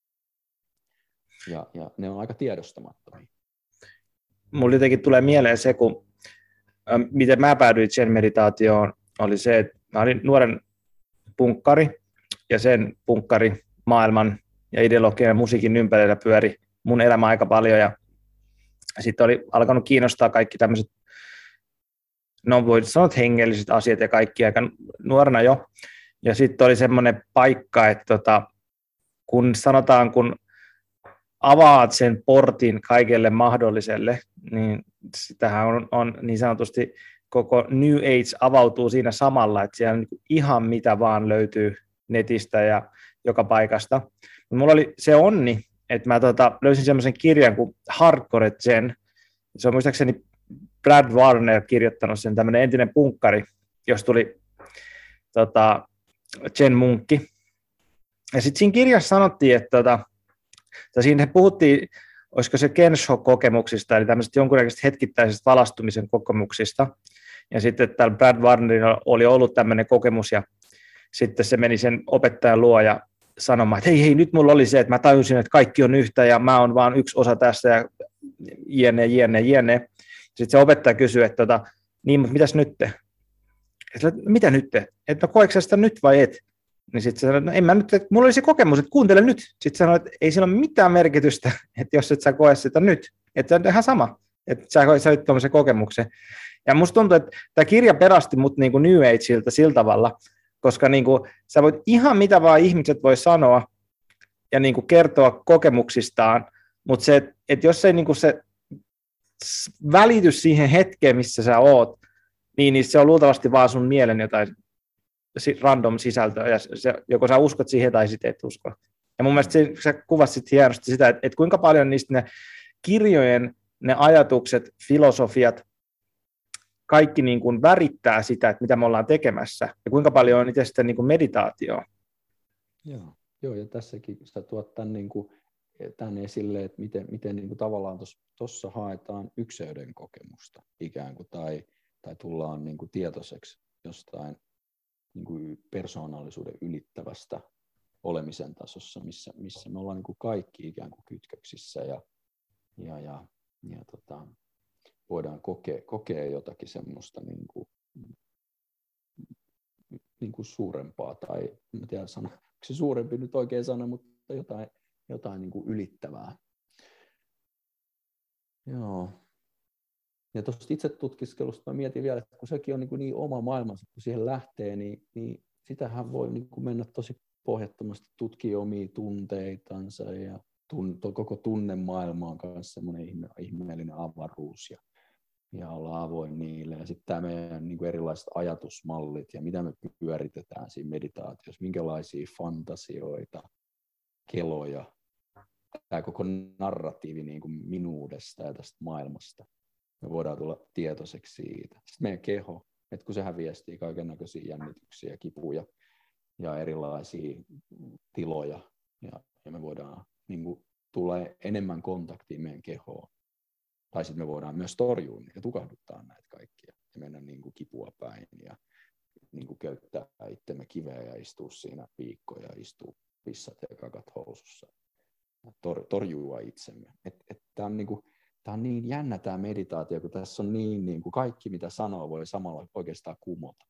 Ja, ja ne on aika tiedostamattomia. Mulla jotenkin tulee mieleen se, kun, äh, miten mä päädyin sen meditaatioon, oli se, että mä olin nuoren punkkari, ja sen punkkari maailman ja ideologian ja musiikin ympärillä pyöri mun elämä aika paljon, ja sitten oli alkanut kiinnostaa kaikki tämmöiset, no voi sanoa, että hengelliset asiat ja kaikki aika nuorena jo, ja sitten oli semmoinen paikka, että tota, kun sanotaan, kun avaat sen portin kaikelle mahdolliselle, niin sitähän on, on niin sanotusti koko New Age avautuu siinä samalla, että siellä ihan mitä vaan löytyy netistä ja joka paikasta. Mulla oli se onni, että mä tota, löysin semmoisen kirjan kuin Hardcore Zen. Se on muistaakseni Brad Warner kirjoittanut sen, tämmöinen entinen punkkari, jos tuli tota, Zen munkki. Ja sitten siinä kirjassa sanottiin, että tota, siinä puhuttiin, olisiko se Kensho-kokemuksista, eli tämmöisestä jonkunnäköisestä hetkittäisestä valastumisen kokemuksista. Ja sitten täällä Brad Warnerilla oli ollut tämmöinen kokemus, ja sitten se meni sen opettajan luo ja sanomaan, että hei, hei, nyt mulla oli se, että mä tajusin, että kaikki on yhtä, ja mä oon vaan yksi osa tästä, ja jne, jne, jne. Sitten se opettaja kysyi, että tota, niin, mutta mitäs nyt? Mitä nyt? Että koetko sä sitä nyt vai et? Niin sitten sanoin, että no en mä nyt, että mulla oli se kokemus, että kuuntele nyt. Sitten sanoin, että ei sillä ole mitään merkitystä, että jos et sä koe sitä nyt. Että se on ihan sama, että sä sait tuommoisen kokemuksen. Ja musta tuntuu, että tämä kirja pelasti mut niin kuin New Ageilta sillä tavalla, koska niin kuin, sä voit ihan mitä vaan ihmiset voi sanoa ja niin kuin kertoa kokemuksistaan, mutta se, että jos ei niin kuin se välitys siihen hetkeen, missä sä oot, niin, niin se on luultavasti vaan sun mielen jotain random sisältöä, ja se, joko sä uskot siihen tai sitten et usko. Ja mun mielestä se, sä kuvasit hienosti sitä, että, että kuinka paljon niistä ne kirjojen, ne ajatukset, filosofiat, kaikki niin kuin värittää sitä, että mitä me ollaan tekemässä, ja kuinka paljon on itse sitten niin kuin meditaatioa. Joo, joo, ja tässäkin sä tuot tämän, niin kuin, tämän esille, että miten, miten niin kuin tavallaan tuossa haetaan yksilöiden kokemusta ikään kuin, tai, tai tullaan niin kuin tietoiseksi jostain niin kuin persoonallisuuden ylittävästä olemisen tasossa, missä, missä me ollaan niin kuin kaikki ikään kuin kytköksissä ja, ja, ja, ja tota, voidaan kokea, kokea jotakin semmoista niin kuin, niin kuin suurempaa, tai en tiedä sana, onko se suurempi nyt oikein sana, mutta jotain, jotain niin kuin ylittävää. Joo. Ja tuosta itsetutkiskelusta mä mietin vielä, että kun sekin on niin, niin oma maailmansa, kun siihen lähtee, niin, niin sitähän voi niin kuin mennä tosi pohjattomasti tutkia omia tunteitansa ja tun, koko tunnemaailma on kanssa semmoinen ihme, ihmeellinen avaruus ja, ja olla avoin niille. Ja sitten tämä meidän niin kuin erilaiset ajatusmallit ja mitä me pyöritetään siinä meditaatiossa, minkälaisia fantasioita, keloja, tämä koko narratiivi niin kuin minuudesta ja tästä maailmasta. Me voidaan tulla tietoiseksi siitä. Sitten meidän keho, että kun sehän viestii kaikennäköisiä jännityksiä, kipuja ja erilaisia tiloja, ja, ja me voidaan niin kuin, tulla enemmän kontaktiin meidän kehoon. Tai sitten me voidaan myös torjua ja tukahduttaa näitä kaikkia ja mennä niin kuin, kipua päin ja niin kuin köyttää itsemme kiveä ja istua siinä viikkoja ja istua pissat ja kakat housussa. Tor, torjua itsemme. Et, et Tämä on, niinku, on niin jännä tämä meditaatio, kun tässä on niin, niin kuin kaikki, mitä sanoo, voi samalla oikeastaan kumota.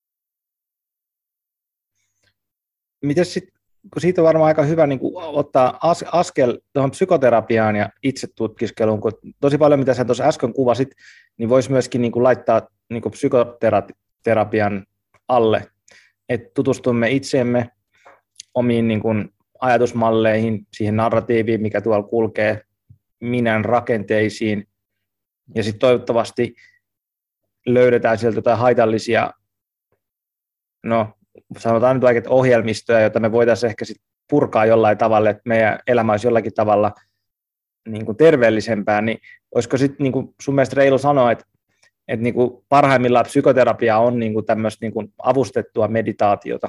Miten sitten, kun siitä on varmaan aika hyvä niin kuin ottaa as, askel tuohon psykoterapiaan ja itsetutkiskeluun, kun tosi paljon, mitä sä tuossa äsken kuvasit, niin voisi myöskin niin kuin laittaa niin kuin psykoterapian alle, että tutustumme itseemme, omiin niin kuin ajatusmalleihin, siihen narratiiviin, mikä tuolla kulkee, minän rakenteisiin, ja sitten toivottavasti löydetään sieltä jotain haitallisia, no sanotaan nyt vaikka ohjelmistoja, joita me voitaisiin ehkä sit purkaa jollain tavalla, että meidän elämä olisi jollakin tavalla niin kuin terveellisempää, niin olisiko sitten niin kuin sun mielestä reilu sanoa, että, että niin kuin parhaimmillaan psykoterapia on niin kuin tämmöistä niin kuin avustettua meditaatiota?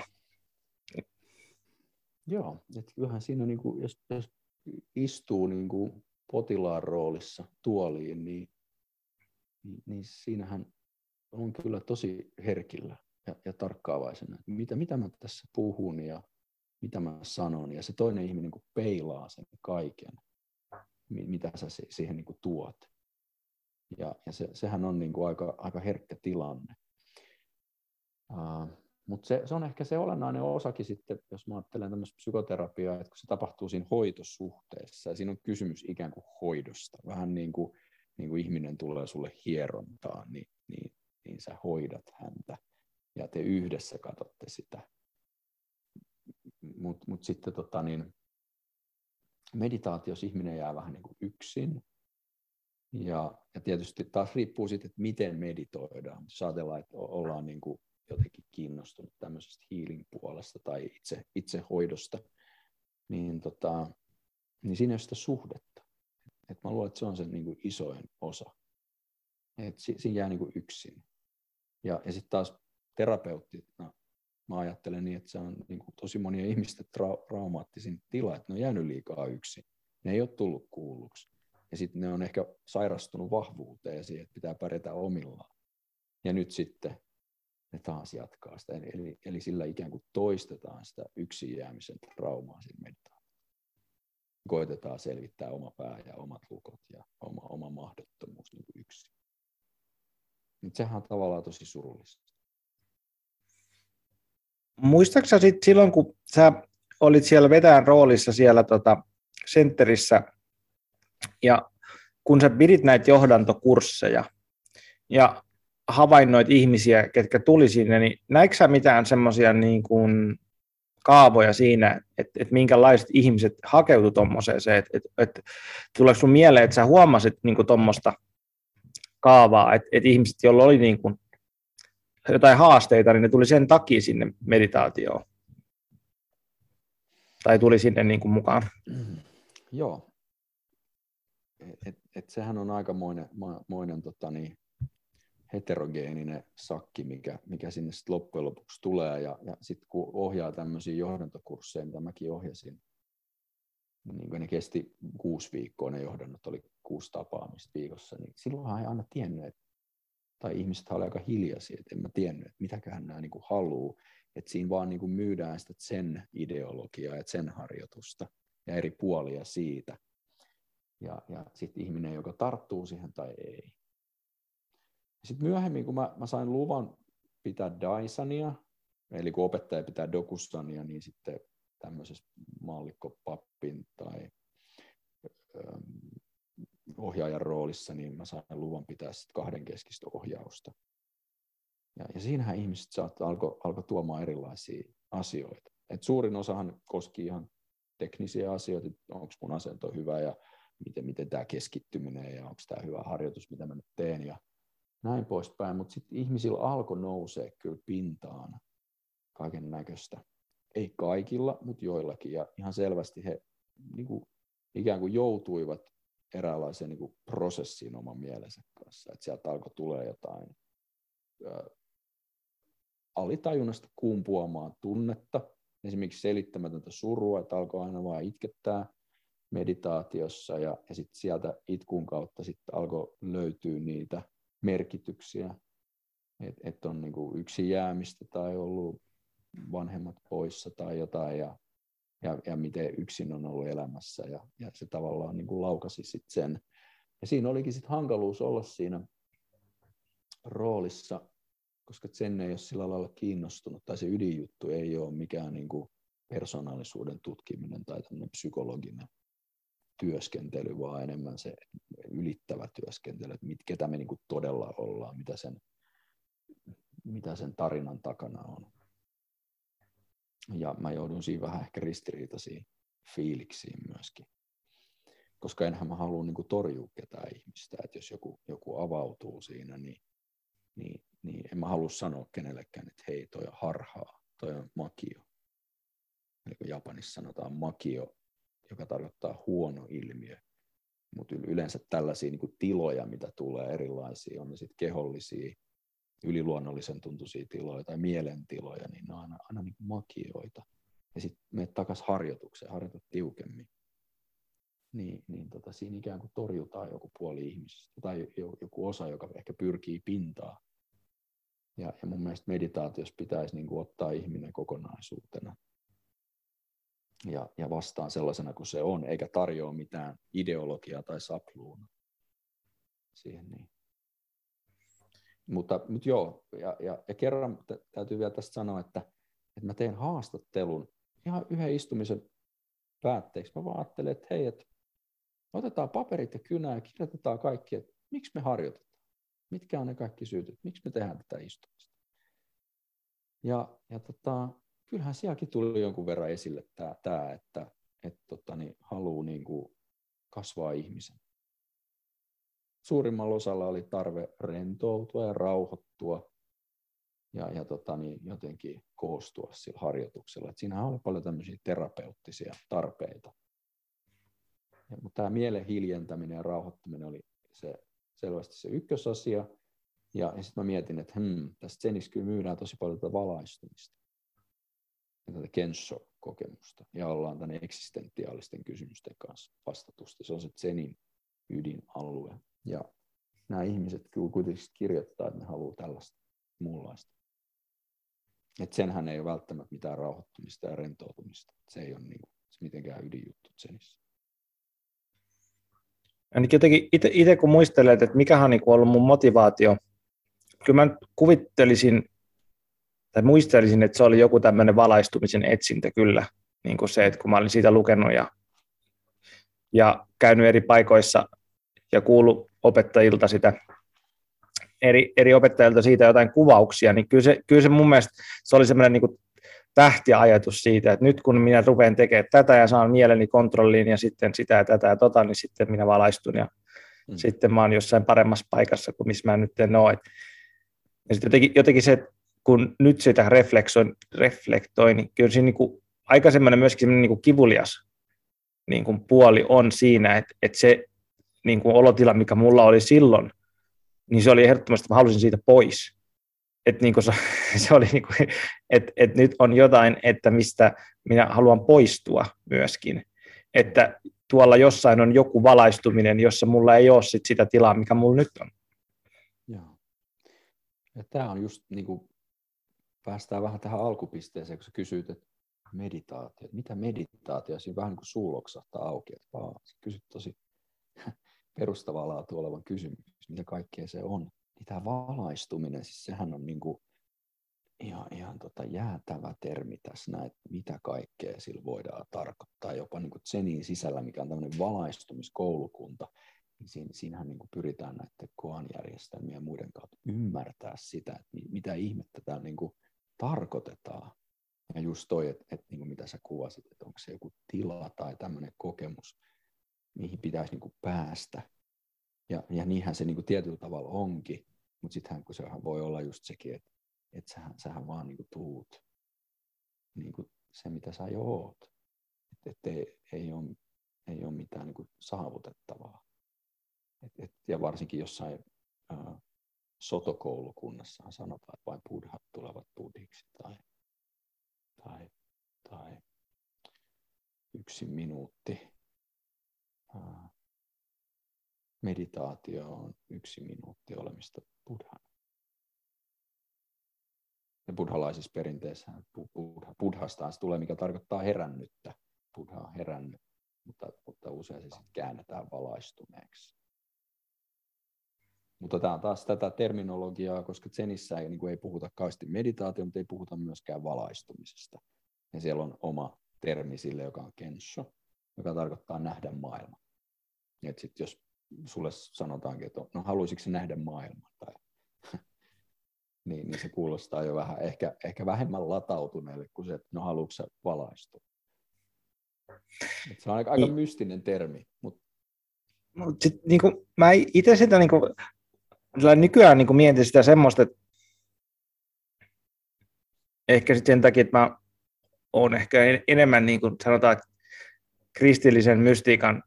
Joo, että kyllähän siinä, niin kuin, jos, jos istuu niin kuin potilaan roolissa tuoliin, niin, niin, niin siinähän on kyllä tosi herkillä ja, ja tarkkaavaisena, mitä, mitä mä tässä puhun ja mitä mä sanon, ja se toinen ihminen niin kuin peilaa sen kaiken, mitä sä siihen niin kuin tuot. Ja, ja se, sehän on niin kuin aika, aika herkkä tilanne. Uh, Mutta se, se on ehkä se olennainen osakin sitten, jos mä ajattelen tämmöistä psykoterapiaa, että kun se tapahtuu siinä hoitosuhteessa, ja siinä on kysymys ikään kuin hoidosta, vähän niin kuin, niin kuin ihminen tulee sulle hierontaan, niin, niin, niin sä hoidat häntä, ja te yhdessä katsotte sitä. Mutta mut sitten tota, niin, meditaatiossa ihminen jää vähän niin kuin yksin, ja, ja tietysti taas riippuu sitten, että miten meditoidaan. Jos ajatellaan, että ollaan niin kuin jotenkin kiinnostunut tämmöisestä healing-puolesta tai itse, itsehoidosta, niin, tota, niin siinä ei ole sitä suhdetta. Et mä luulen, että se on se niin kuin isoin osa. Et si, siinä jää niin kuin yksin. Ja, ja sitten taas terapeutti, no, mä ajattelen niin, että se on niin kuin tosi monien ihmisten tra- traumaattisin tila, että ne on jäänyt liikaa yksin. Ne ei ole tullut kuulluksi. Ja sitten ne on ehkä sairastunut vahvuuteen ja siihen, että pitää pärjätä omillaan. Ja nyt sitten ne taas jatkaa sitä. Eli, eli sillä ikään kuin toistetaan sitä yksin jäämisen traumaa siinä meditaatiossa. Koitetaan selvittää oma pää ja omat lukot ja oma, oma mahdottomuus niin kuin yksin. Nyt sehän on tavallaan tosi surullista. Muistatko sä sit silloin, kun sä olit siellä vetäjän roolissa siellä tota, sentterissä, ja kun sä pidit näitä johdantokursseja ja havainnoit ihmisiä, ketkä tuli sinne, niin näikö sä mitään semmoisia niin kuin kaavoja siinä, että, että minkälaiset ihmiset hakeutu tuommoiseen, että, että, että tuleeko sun mieleen, että sä huomasit niin kuin tuommoista kaavaa, että, että ihmiset, joilla oli niin kuin jotain haasteita, niin ne tuli sen takia sinne meditaatioon, tai tuli sinne niin kuin mukaan? Joo. Et, et sehän on aikamoinen moinen, tota niin, heterogeeninen sakki, mikä, mikä sinne sit loppujen lopuksi tulee. Ja, ja sitten kun ohjaa tämmöisiä johdantokursseja, mitä mäkin ohjasin, niin kun ne kesti kuusi viikkoa, ne johdannot oli kuusi tapaamista viikossa, niin silloinhan ei aina tiennyt, että, tai ihmiset oli aika hiljaisia, että en mä tiennyt, että mitäköhän nämä niin kuin haluaa. Että siinä vaan niin kuin myydään sitä zen-ideologiaa ja zen-harjoitusta ja eri puolia siitä. Ja, ja sitten ihminen, joka tarttuu siihen tai ei. Sitten myöhemmin, kun mä, mä sain luvan pitää Daisania, eli kun opettaja pitää Dokusania, niin sitten tämmöisessä mallikkopappin tai ähm, ohjaajan roolissa, niin mä sain luvan pitää sitten kahdenkeskistä ohjausta. Ja, ja siinähän ihmiset saattaa alkoi alko tuomaan erilaisia asioita. Et suurin osahan koski ihan teknisiä asioita, onko mun asento hyvä ja miten, miten tämä keskittyminen ja onko tämä hyvä harjoitus, mitä mä nyt teen ja näin poispäin. Mutta sitten ihmisillä alkoi nousee kyllä pintaan kaiken näköistä. Ei kaikilla, mutta joillakin. Ja ihan selvästi he niin kuin, ikään kuin joutuivat eräänlaiseen niin kuin prosessiin oman mielensä kanssa. Että sieltä alkoi tulee jotain ä, alitajunnasta kumpuamaan tunnetta. Esimerkiksi selittämätöntä surua, että alkoi aina vaan itkettää meditaatiossa. Ja, ja sitten sieltä itkun kautta sitten alkoi löytyä niitä merkityksiä. että et on niin kuin yksin jäämistä tai ollut vanhemmat poissa tai jotain ja, ja, ja miten yksin on ollut elämässä ja, ja se tavallaan niin kuin laukasi sit sen. Ja siinä olikin sit hankaluus olla siinä roolissa, koska Zen ei ole sillä lailla kiinnostunut tai se ydinjuttu ei ole mikään niin kuin persoonallisuuden tutkiminen tai tämmöinen psykologinen työskentely, vaan enemmän se ylittävä työskentely, että mit, ketä me niin kuin todella ollaan, mitä sen, mitä sen tarinan takana on. Ja mä joudun siinä vähän ehkä ristiriitaisiin fiiliksiin myöskin, koska enhän mä halua niin kuin torjua ketään ihmistä, että jos joku, joku avautuu siinä, niin, niin, niin en mä halua sanoa kenellekään, että hei, toi on harhaa, toi on makio. Eli kun Japanissa sanotaan makio, joka tarkoittaa huono ilmiö, mutta yleensä tällaisia niin kuin tiloja, mitä tulee erilaisia, on ne sitten kehollisia, yliluonnollisen tuntuisia tiloja tai mielentiloja, niin ne on aina, aina niin kuin makioita. Ja sitten menet takaisin harjoitukseen, harjoitat tiukemmin. Niin, niin tota, siinä ikään kuin torjutaan joku puoli ihmisestä tai joku osa, joka ehkä pyrkii pintaan. Ja, ja mun mielestä meditaatiossa pitäisi niin kuin ottaa ihminen kokonaisuutena. Ja, ja vastaan sellaisena kuin se on, eikä tarjoa mitään ideologiaa tai sapluuna siihen. Niin. Mutta, mutta joo, ja, ja, ja kerran täytyy vielä tästä sanoa, että, että mä teen haastattelun ihan yhden istumisen päätteeksi. Mä vaan ajattelen, että hei, että otetaan paperit ja kynä ja kirjoitetaan kaikki, että miksi me harjoitetaan, mitkä on ne kaikki syyt, että miksi me tehdään tätä istumista. Ja, ja tota, kyllähän sielläkin tuli jonkun verran esille tämä, tämä että et, tota, niin, haluaa niin kuin kasvaa ihmisen. Suurimmalla osalla oli tarve rentoutua ja rauhoittua ja, ja tota, niin, jotenkin koostua sillä harjoituksella. Et siinähän oli paljon tämmöisiä terapeuttisia tarpeita. Ja, mutta tämä mielen hiljentäminen ja rauhoittaminen oli se, selvästi se ykkösasia. Ja, ja sitten mä mietin, että hmm, tässä Zenissä kyllä myydään tosi paljon tätä valaistumista. Ja tätä Kensho-kokemusta. Ja ollaan tänne eksistentiaalisten kysymysten kanssa vastatusta. Se on se Zenin ydinalue. Ja nämä ihmiset kyllä kuitenkin kirjoittaa, että ne haluaa tällaista muunlaista. Että senhän ei ole välttämättä mitään rauhoittumista ja rentoutumista. Se ei ole niin kuin, mitenkään ydinjuttu Zenissä. Ainakin jotenkin itse kun muistelet, että mikä on niin ollut mun motivaatio, kyllä mä kuvittelisin, tai muistelisin, että se oli joku tämmöinen valaistumisen etsintä kyllä, niin kuin se, että kun mä olin siitä lukenut ja, ja käynyt eri paikoissa ja kuullut opettajilta sitä, eri, eri opettajilta siitä jotain kuvauksia, niin kyllä se, kyllä se mun mielestä se oli semmoinen niin kuin tähtiajatus siitä, että nyt kun minä rupean tekemään tätä ja saan mieleni kontrolliin ja sitten sitä ja tätä ja tota, niin sitten minä valaistun ja mm. sitten mä oon jossain paremmassa paikassa kuin missä mä nyt en ole. Ja sitten jotenkin, jotenkin se, kun nyt sitä reflektoin, reflektoin niin kyllä siinä niin kuin aika semmoinen myöskin semmoinen niin kuin kivulias niin kuin puoli on siinä, että, että se niin kuin olotila, mikä mulla oli silloin, niin se oli ehdottomasti, että mä halusin siitä pois. Että niin kuin se, se oli niin kuin, että, että nyt on jotain, että mistä minä haluan poistua myöskin. Että tuolla jossain on joku valaistuminen, jossa mulla ei ole sit sitä tilaa, mikä mulla nyt on. Joo. Ja tämä on just, niin kuin päästään vähän tähän alkupisteeseen, kun sä kysyit, että meditaatio, että mitä meditaatio, siinä vähän niin kuin suu loksahtaa auki, että vaan, sä kysyt tosi perustavaa laatua olevan kysymyksen, mitä kaikkea se on. Niin tämä valaistuminen, siis sehän on niin kuin ihan, ihan tota jäätävä termi tässä näin, että mitä kaikkea sillä voidaan tarkoittaa, jopa niin kuin Zenin sisällä, mikä on tämmöinen valaistumiskoulukunta, niin siinä, siinähän niin kuin pyritään näiden koan-järjestelmien ja muiden kautta ymmärtää sitä, että mitä ihmettä täällä niin kuin tarkoitetaan. Ja just toi, että, että niin kuin mitä sä kuvasit, että onko se joku tila tai tämmöinen kokemus, mihin pitäisi niin kuin päästä. Ja, ja niinhän se niin kuin tietyllä tavalla onkin, mutta sittenhän kun sehän voi olla just sekin, että, että sähän, sähän vaan niin kuin tuut niin kuin se, mitä sä jo oot. Että et ei, ei, ole, ei ole mitään niin kuin saavutettavaa. Et, et, ja varsinkin jossain ää, sotokoulukunnassahan sanotaan, että vain buddhat tulevat buddhiksi tai, tai, tai yksi minuutti. Ää, meditaatio on yksi minuutti olemista buddhana. ja buddhalaisissa perinteissä buddha, buddhastaan se tulee, mikä tarkoittaa herännyttä. Buddha on herännyt, mutta, mutta usein se sitten käännetään valaistuneeksi. Mutta tämä on taas tätä terminologiaa, koska Zenissä ei, niin kuin ei puhuta kauheasti meditaatio, mutta ei puhuta myöskään valaistumisesta. Ja siellä on oma termi sille, joka on kensho, joka tarkoittaa nähdä maailma. Et sit jos sulle sanotaankin, että no haluaisitko nähdä maailman, tai, niin, niin se kuulostaa jo vähän ehkä, ehkä vähemmän latautuneelle kuin se, että no haluatko sä valaistua. Et se on aika, aika mystinen termi. Mut... Mut sit, niinku, mä itse sitä niinku, nykyään niinku mietin sitä semmoista, että ehkä sit sen takia, että mä oon ehkä enemmän niin kuin sanotaan kristillisen mystiikan,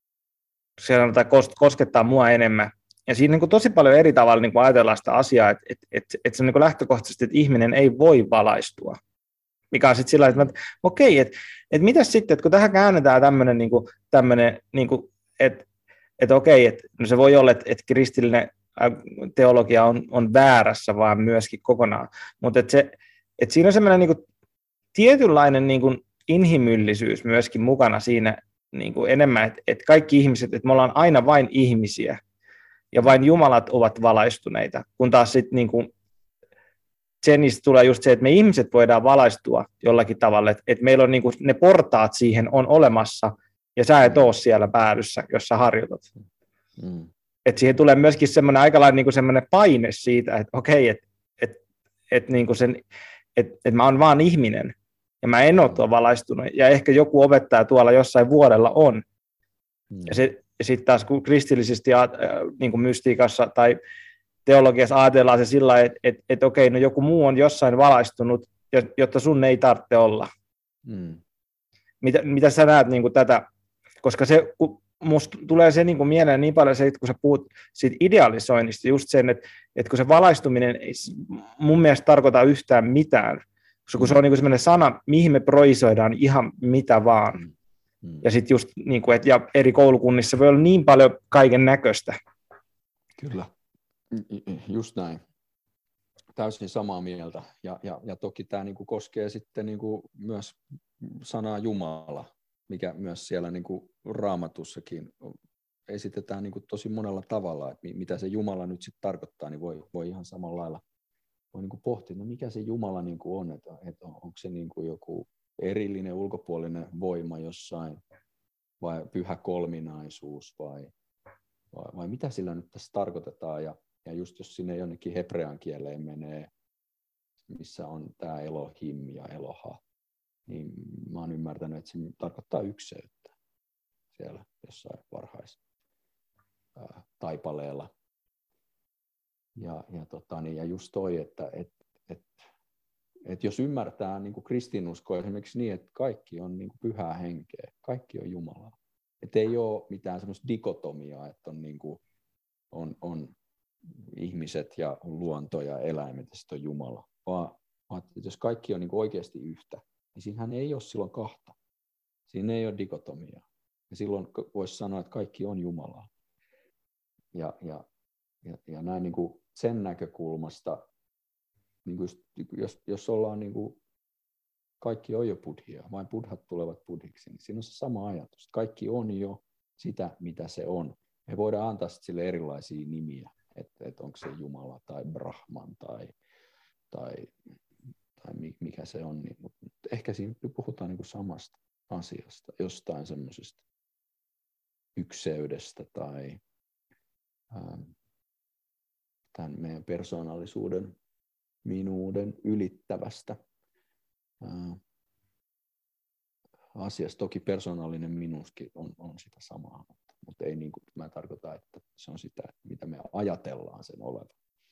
se sanotaan, koskettaa mua enemmän. Ja siinä niin kuin tosi paljon eri tavalla niin kuin ajatellaan sitä asiaa, että, että, että, että se on niin kuin lähtökohtaisesti, että ihminen ei voi valaistua. Mikä on sitten sillä tavalla, että okei, että, että mitäs sitten, että kun tähän käännetään tämmöinen, niin kuin, tämmöinen niin kuin, että, että okei, että no se voi olla, että, että kristillinen teologia on, on väärässä vaan myöskin kokonaan, mutta että, se, että siinä on semmoinen niin kuin tietynlainen niin kuin inhimillisyys myöskin mukana siinä niin kuin enemmän, että, että kaikki ihmiset, että me ollaan aina vain ihmisiä ja vain jumalat ovat valaistuneita, kun taas sitten niin kuin Zenistä tulee just se, että me ihmiset voidaan valaistua jollakin tavalla, että, että meillä on niin kuin ne portaat siihen on olemassa ja sä et ole siellä päädyssä, jos sä harjoitat. Mm. Että siihen tulee myöskin semmoinen aikalainen niin kuin semmoinen paine siitä, että okei, että, että, että, niin kuin sen, että, että mä oon vaan ihminen ja mä en ole tuo valaistunut ja ehkä joku opettaja tuolla jossain vuodella on. Mm. Ja, se, ja sitten taas kun kristillisesti niin kuin mystiikassa tai teologiassa ajatellaan se sillä lailla, että, että, että okei, no joku muu on jossain valaistunut, jotta sun ei tarvitse olla. Mm. Mitä, mitä sä näet niin kuin tätä, koska se, musta tulee se niin kuin mieleen niin paljon se, että kun sä puhut siitä idealisoinnista, just sen, että, että kun se valaistuminen ei mun mielestä tarkoita yhtään mitään, koska kun se on niin kuin sellainen sana, mihin me projisoidaan ihan mitä vaan. Mm. Ja sitten just niin kuin, että ja eri koulukunnissa voi olla niin paljon kaiken näköistä. Kyllä. Just näin. Täysin samaa mieltä. Ja, ja, ja toki tämä niinku koskee sitten niinku myös sanaa Jumala, mikä myös siellä niinku Raamatussakin esitetään niinku tosi monella tavalla, että mitä se Jumala nyt sitten tarkoittaa, niin voi, voi ihan samalla lailla voi niinku pohtia, no mikä se Jumala niinku on, että, että onko se niinku joku erillinen ulkopuolinen voima jossain, vai pyhä kolminaisuus, vai, vai, vai mitä sillä nyt tässä tarkoitetaan, ja Ja just jos sinne jonnekin hebrean kieleen menee, missä on tämä Elohim ja Eloha, niin mä oon ymmärtänyt, että se tarkoittaa ykseyttä siellä jossain varhais ää, taipaleella. Ja, ja, tota, niin, ja just toi, että et, et, et jos ymmärtää niin kuin kristinuskoa esimerkiksi niin, että kaikki on niin kuin pyhää henkeä, kaikki on Jumalaa. Että ei ole mitään semmoista dikotomiaa, että on, niin kuin, on, on ihmiset ja luonto ja eläimet ja sitten on Jumala. Vaan, vaan että jos kaikki on niin kuin oikeasti yhtä, niin siinähän ei ole silloin kahta. Siinä ei ole dikotomiaa. Ja silloin voisi sanoa, että kaikki on Jumalaa. Ja, ja, ja, ja näin niin kuin sen näkökulmasta, niin kuin jos, jos ollaan niin kuin, kaikki on jo buddhia, vain buddhat tulevat buddhiksi, niin siinä on se sama ajatus. Kaikki on jo sitä, mitä se on. Me voidaan antaa sille erilaisia nimiä. Että et onko se Jumala tai Brahman tai, tai, tai mikä se on. Niin, mutta ehkä siinä puhutaan niin kuin samasta asiasta, jostain semmoisesta ykseydestä tai ähm, tämän meidän persoonallisuuden, minuuden ylittävästä äh, asiasta. Toki persoonallinen minuuskin on, on sitä samaa. Mutta ei niin kuin mä tarkoita, että se on sitä, mitä me ajatellaan sen olevan.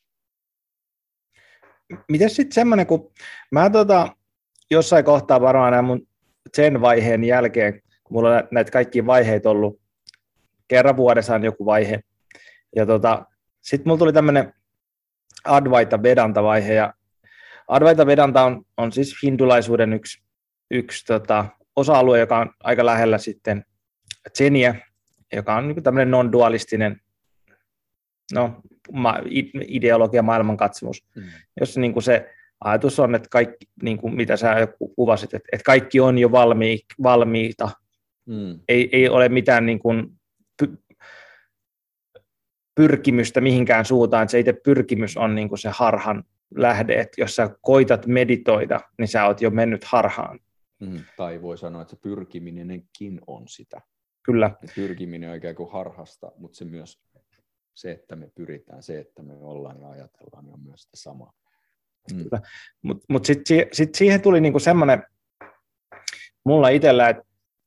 Mites sitten semmoinen, kun mä tota, jossain kohtaa varmaan nämä mun sen vaiheen jälkeen, kun mulla on näitä kaikkia vaiheita ollut, kerran vuodessa on joku vaihe, ja tota, sitten mulla tuli tämmöinen Advaita Vedanta-vaihe, ja Advaita Vedanta on, on siis hindulaisuuden yksi, yksi tota, osa-alue, joka on aika lähellä sitten Zeniä, joka on niin tämmöinen non-dualistinen no, ideologia, maailmankatsomus, mm. jossa niin kuin se ajatus on, että kaikki, niin kuin mitä sä kuvasit, että, että kaikki on jo valmi, valmiita. Mm. Ei, ei ole mitään niin kuin py, pyrkimystä mihinkään suuntaan, että se itse pyrkimys on niin kuin se harhan lähde, että jos sä koitat meditoida, niin sä oot jo mennyt harhaan. Mm. Tai voi sanoa, että se pyrkiminenkin on sitä. Kyllä. Pyrkiminen on ikään kuin harhasta, mutta se myös se, että me pyritään, se, että me ollaan ja ajatellaan, niin on myös sitä samaa. Mm. Mutta mut sitten sit siihen tuli niinku semmoinen, mulla itsellä, että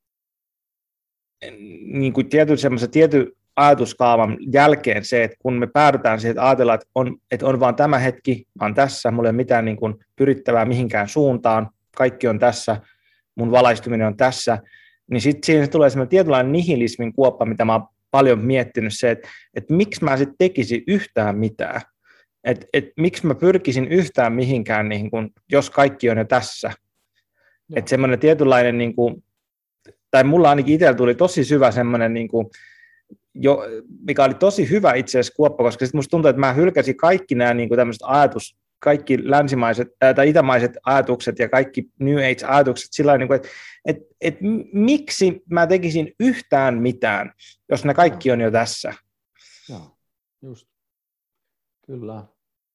niinku tietyn semmoisen tietyn ajatuskaavan jälkeen se, että kun me päädytään siihen, että ajatellaan, että on, että on vaan tämä hetki, vaan tässä, mulla ei ole mitään niinku pyrittävää mihinkään suuntaan, kaikki on tässä, mun valaistuminen on tässä, niin sitten siihen tulee semmoinen tietynlainen nihilismin kuoppa, mitä mä oon paljon miettinyt se, että, että miksi mä sitten tekisin yhtään mitään. Että et, miksi mä pyrkisin yhtään mihinkään, niin kun, jos kaikki on jo tässä. Että semmoinen tietynlainen, niin kun, tai mulla ainakin itsellä tuli tosi syvä semmoinen, niin kun, jo, mikä oli tosi hyvä itse asiassa kuoppa, koska sitten musta tuntuu, että mä hylkäsin kaikki nämä niin tämmöiset ajatus, kaikki länsimaiset ää, tai itämaiset ajatukset ja kaikki New Age-ajatukset sillä tavalla, että et, et, miksi mä tekisin yhtään mitään, jos ne kaikki on jo tässä. Joo, just. Kyllä.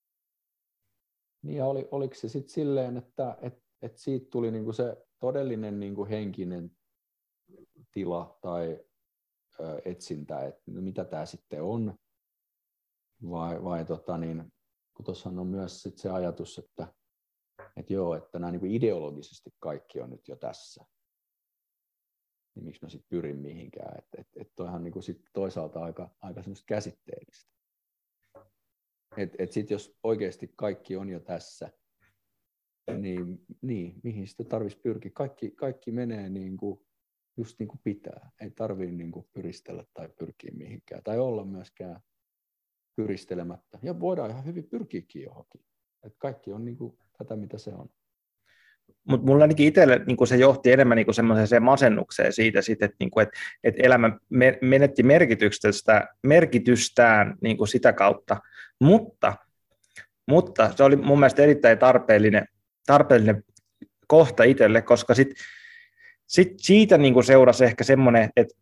Niin ja oli, oliko se sitten silleen, että et, et siitä tuli niinku se todellinen niinku henkinen tila tai ö, etsintä, että mitä tämä sitten on, vai, vai tota niin, kun tuossa on myös sit se ajatus, että et joo, että nämä niinku ideologisesti kaikki on nyt jo tässä, niin miksi mä sitten pyrin mihinkään, että et, et toihan niinku sit toisaalta aika, aika semmoista käsitteellistä. Että et sitten jos oikeasti kaikki on jo tässä, niin, niin mihin sitten tarvitsisi pyrkiä? Kaikki, kaikki menee niin kuin, just niin kuin pitää. Ei tarvitse niin kuin pyristellä tai pyrkiä mihinkään. Tai olla myöskään pyristelemättä. Ja voidaan ihan hyvin pyrkiäkin johonkin. Et kaikki on niin kuin tätä, mitä se on. Mutta mulla ainakin itselle niin se johti enemmän niin semmoiseen masennukseen siitä, sit, että, niin kuin, että, että elämä menetti merkitystään, merkitystään niin kuin sitä kautta. Mutta, mutta se oli mun mielestä erittäin tarpeellinen, tarpeellinen kohta itselle, koska sit, sit siitä niin kuin seurasi ehkä semmoinen, että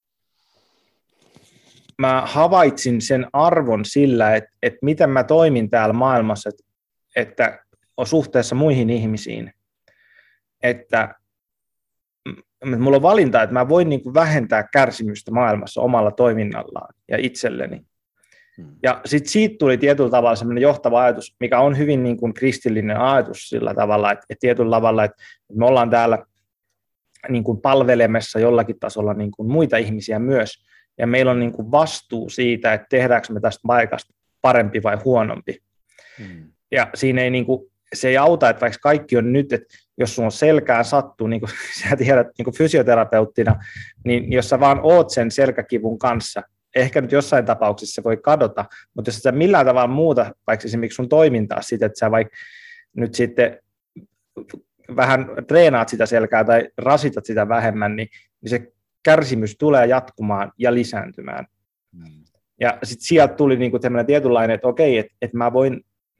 mä havaitsin sen arvon sillä, että, että miten mä toimin täällä maailmassa, että, että on suhteessa muihin ihmisiin. Että mulla on valinta, että mä voin niin kuin vähentää kärsimystä maailmassa omalla toiminnallaan ja itselleni. Hmm. Ja sitten siitä tuli tietyllä tavalla semmoinen johtava ajatus, mikä on hyvin niin kuin kristillinen ajatus sillä tavalla, että, että tietyllä tavalla, että me ollaan täällä niin kuin palvelemassa jollakin tasolla niin kuin muita ihmisiä myös, ja meillä on niin kuin vastuu siitä, että tehdäänkö me tästä paikasta parempi vai huonompi. Hmm. Ja siinä ei niin kuin se ei auta, että vaikka kaikki on nyt, että jos sulla on selkään sattuu, niin kuin sä tiedät niin kuin fysioterapeuttina, niin jos sä vaan oot sen selkäkivun kanssa, ehkä nyt jossain tapauksessa se voi kadota, mutta jos sä millään tavalla muuta, vaikka esimerkiksi sun toimintaa siitä, että sä vaikka nyt sitten vähän treenaat sitä selkää tai rasitat sitä vähemmän, niin, niin se kärsimys tulee jatkumaan ja lisääntymään. Mm. Ja sitten sieltä tuli niin kuin tämmöinen tietynlainen, että okei, että, että mä voin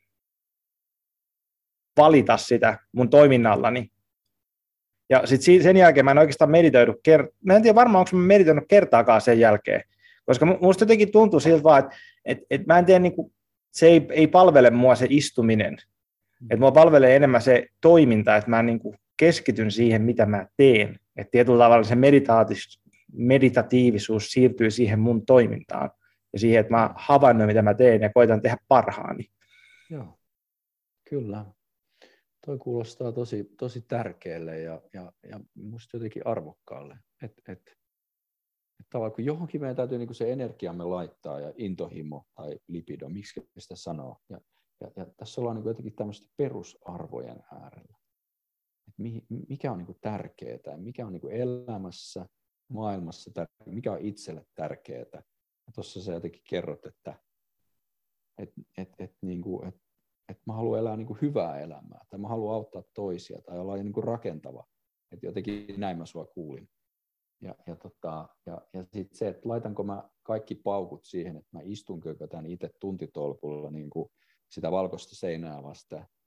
valita sitä mun toiminnallani. Ja sitten sen jälkeen mä en oikeastaan meditoidu, ker- mä en tiedä varmaan, onko mä meditoinut kertaakaan sen jälkeen, koska musta jotenkin tuntuu siltä vaan, että et, et mä en tiedä, niin kuin, se ei, ei palvele mua se istuminen, että mua palvelee enemmän se toiminta, että mä niin kuin keskityn siihen, mitä mä teen, että tietyllä tavalla se meditatiivisuus siirtyy siihen mun toimintaan ja siihen, että mä havainnoin, mitä mä teen ja koitan tehdä parhaani. Joo, kyllä. Toi kuulostaa tosi, tosi tärkeälle ja, ja, ja musta jotenkin arvokkaalle. Että et, et tavallaan kun johonkin meidän täytyy niinku se energiamme laittaa ja intohimo tai lipido, miksi sitä sanoo. Ja, ja, ja tässä ollaan niinku jotenkin tämmöisten perusarvojen äärellä. Et mi, mikä on niinku tärkeää, mikä on niinku elämässä, maailmassa, mikä on itselle tärkeää. Tuossa sä jotenkin kerrot, että et, et, et, niinku, et, että mä haluan elää niin kuin hyvää elämää, tai mä haluan auttaa toisia, tai olla niin kuin rakentava. Että jotenkin näin mä sua kuulin. Ja, ja, tota, ja, ja sitten se, että laitanko mä kaikki paukut siihen, että mä istun kökötän itse tuntitolkulla niin kuin sitä valkoista seinää vastaan,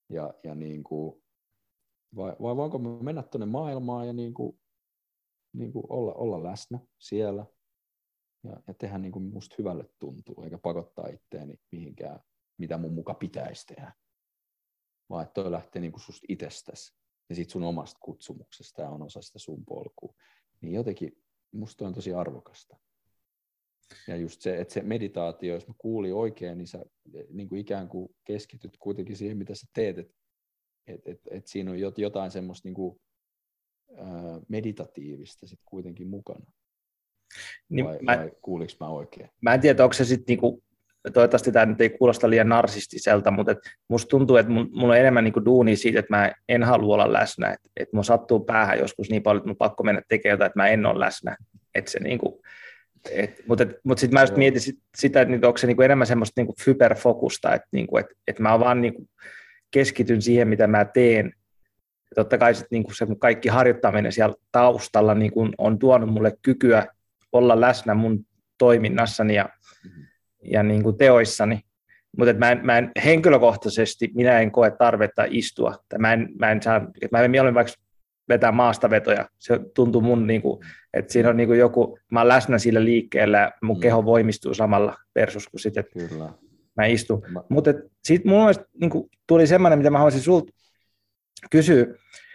Ja, ja niin kuin, vai, vai voinko mä mennä tuonne maailmaan ja niin kuin, niin kuin olla, olla läsnä siellä ja, ja tehdä niin kuin musta hyvälle tuntuu, eikä pakottaa itseäni mihinkään, mitä mun muka pitäisi tehdä. Vaan että toi lähtee niin kuin susta itsestäsi ja sit sun omasta kutsumuksesta ja on osa sitä sun polkua. Niin jotenkin musta on tosi arvokasta. Ja just se, että se meditaatio, jos mä kuulin oikein, niin sä niin kuin ikään kuin keskityt kuitenkin siihen, mitä sä teet. Että et, et, et siinä on jotain semmoista niin kuin, ää, meditatiivista sit kuitenkin mukana. Niin vai, mä, vai kuulinko mä oikein? Mä en tiedä, onko se sitten niinku, toivottavasti tämä nyt ei kuulosta liian narsistiselta, mutta et musta tuntuu, että mulla on enemmän niinku duunia siitä, että mä en halua olla läsnä, että et mun sattuu päähän joskus niin paljon, että mun pakko mennä tekemään jotain, että mä en ole läsnä. Et se niinku, et, mutta et, mut sitten mä just mietin sit, sitä, että onko se niinku enemmän semmoista niinku fyberfokusta, että niinku, et, et mä vaan niinku keskityn siihen, mitä mä teen. Ja totta kai sit niinku se kaikki harjoittaminen siellä taustalla niinku on tuonut mulle kykyä olla läsnä mun toiminnassani ja, mm-hmm. ja niin kuin teoissani, mutta mä en, mä en henkilökohtaisesti, minä en koe tarvetta istua, tai mä en, mä en saa, mä en mieluummin vaikka vetää maastavetoja, se tuntuu mun, niin kuin, että siinä on niin kuin joku, mä oon läsnä sillä liikkeellä, ja mun mm. keho voimistuu samalla versus kuin sitten, että Kyllä. mä istun. Mä... Mutta sitten mun mielestä niin kuin, tuli semmoinen, mitä mä haluaisin sulta kysyä,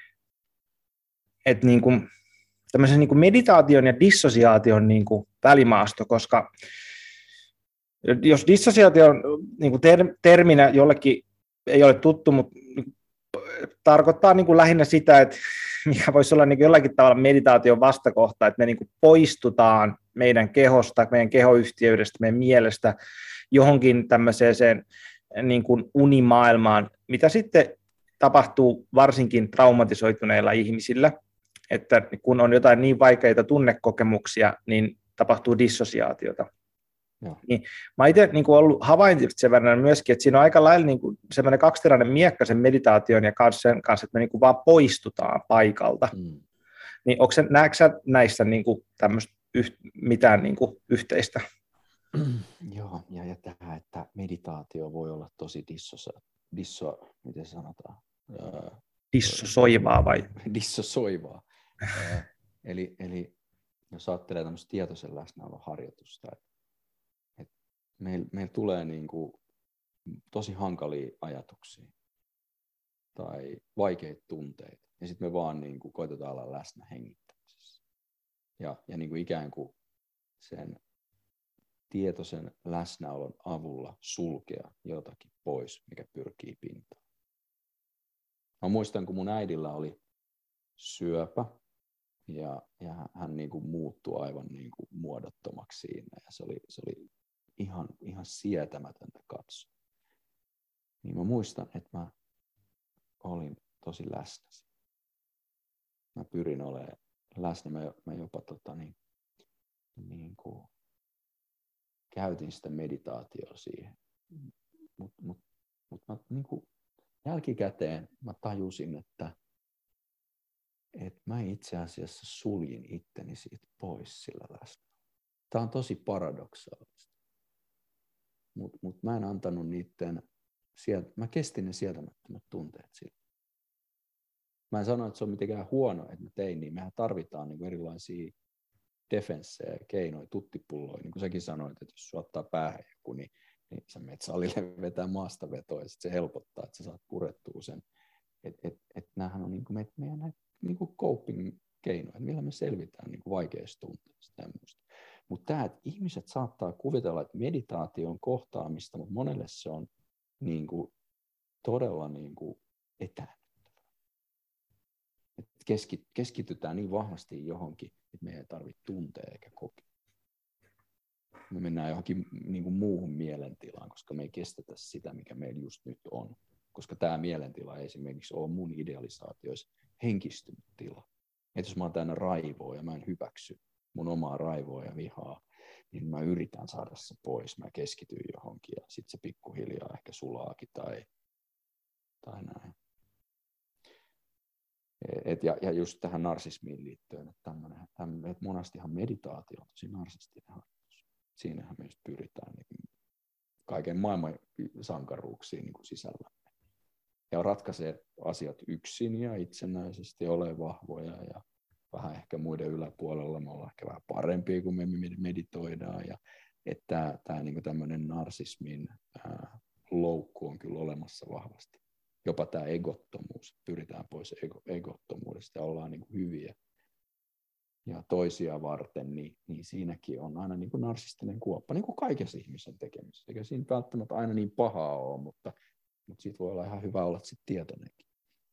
että niin kuin, tämmöisen niin kuin meditaation ja dissosiaation niin kuin välimaasto, koska jos dissosiaatio on niin kuin ter- terminä jollekin ei ole tuttu, mutta niin tarkoittaa niin kuin lähinnä sitä, että mikä voisi olla niin kuin jollakin tavalla meditaation vastakohta, että me niin kuin poistutaan meidän kehosta, meidän kehoyhtiöydestä, meidän mielestä johonkin tämmöiseen niin kuin unimaailmaan, mitä sitten tapahtuu varsinkin traumatisoituneilla ihmisillä, että kun on jotain niin vaikeita tunnekokemuksia, niin tapahtuu dissosiaatiota. Niin, mä itse niin kuin ollut havaintit sen verran myöskin, että siinä on aika lailla niin kuin semmoinen kaksiteräinen miekka sen meditaation ja sen kanssa, että me niin kuin vaan poistutaan paikalta. Mm. Niin onko se, näetkö sä näissä niin kuin tämmöistä yht, mitään niin kuin yhteistä? Joo, ja, ja tähän, että meditaatio voi olla tosi dissosa, disso, miten sanotaan? Dissosoivaa vai? Dissosoivaa. eli, eli jos ajattelee tämmöistä tietoisen läsnäolon harjoitusta, että et meillä meil tulee niinku tosi hankalia ajatuksia tai vaikeita tunteita, ja sitten me vaan niinku koitetaan olla läsnä hengittämisessä. Ja, ja niinku ikään kuin sen tietoisen läsnäolon avulla sulkea jotakin pois, mikä pyrkii pintaan. Mä muistan, kun mun äidillä oli syöpä, ja, ja hän niin kuin muuttui aivan niin kuin muodottomaksi siinä, ja se oli, se oli ihan, ihan sietämätöntä katsoa. Niin mä muistan, että mä olin tosi läsnä. Mä pyrin olemaan läsnä, mä, mä jopa tota, niin, niin kuin käytin sitä meditaatioa siihen, mutta mut, mut mä niin kuin jälkikäteen mä tajusin, että, että mä itse asiassa suljin itteni siitä pois sillä läsnä. Tämä on tosi paradoksaalista. Mutta mut mä en antanut niiden, mä kestin ne sietämättömät tunteet sillä. Mä en sano, että se on mitenkään huono, että mä tein niin. Mehän tarvitaan niin kuin erilaisia defenssejä, keinoja, tuttipulloja. Niin kuin säkin sanoit, että jos sua ottaa päähän joku, niin niin sä menet salille vetää maastavetoa ja sit se helpottaa, että sä saat purettua sen. Että et, et näähän on niinku meidän, meidän näitä niinku coping-keinoja, millä me selvitään niinku vaikeista tunteista. Mutta tämä, että ihmiset saattaa kuvitella, että meditaatio on kohtaamista, mutta monelle se on niinku todella niinku etäännyttävää. Keski, keskitytään niin vahvasti johonkin, että me ei tarvitse tuntea eikä kokea. Me mennään johonkin niin kuin muuhun mielentilaan, koska me ei kestetä sitä, mikä meillä just nyt on. Koska tämä mielentila ei esimerkiksi ole mun idealisaatioissa henkistynyt tila. Että jos mä oon täynnä raivoa ja mä en hyväksy mun omaa raivoa ja vihaa, niin mä yritän saada se pois. Mä keskityn johonkin ja sitten se pikkuhiljaa ehkä sulaakin tai, tai näin. Et ja, ja just tähän narsismiin liittyen, että, tämmönen, tämmönen, että monastihan meditaatio on tosi narsistinen harjoitus. Siinähän me just pyritään niin kaiken maailman sankaruuksiin niin sisällä. ja ratkaisee asiat yksin ja itsenäisesti, ole vahvoja ja vähän ehkä muiden yläpuolella, me ollaan ehkä vähän parempia, kun me meditoidaan, ja että tämä niin tämmöinen narsismin ää, loukku on kyllä olemassa vahvasti. Jopa tämä egottomuus, pyritään pois ego, egottomuudesta ja ollaan niin hyviä ja toisia varten, niin, niin siinäkin on aina niin kuin narsistinen kuoppa, niin kuin kaikessa ihmisen tekemisessä. Eikä siinä välttämättä aina niin pahaa ole, mutta, mutta siitä voi olla ihan hyvä olla sitten tietoinenkin.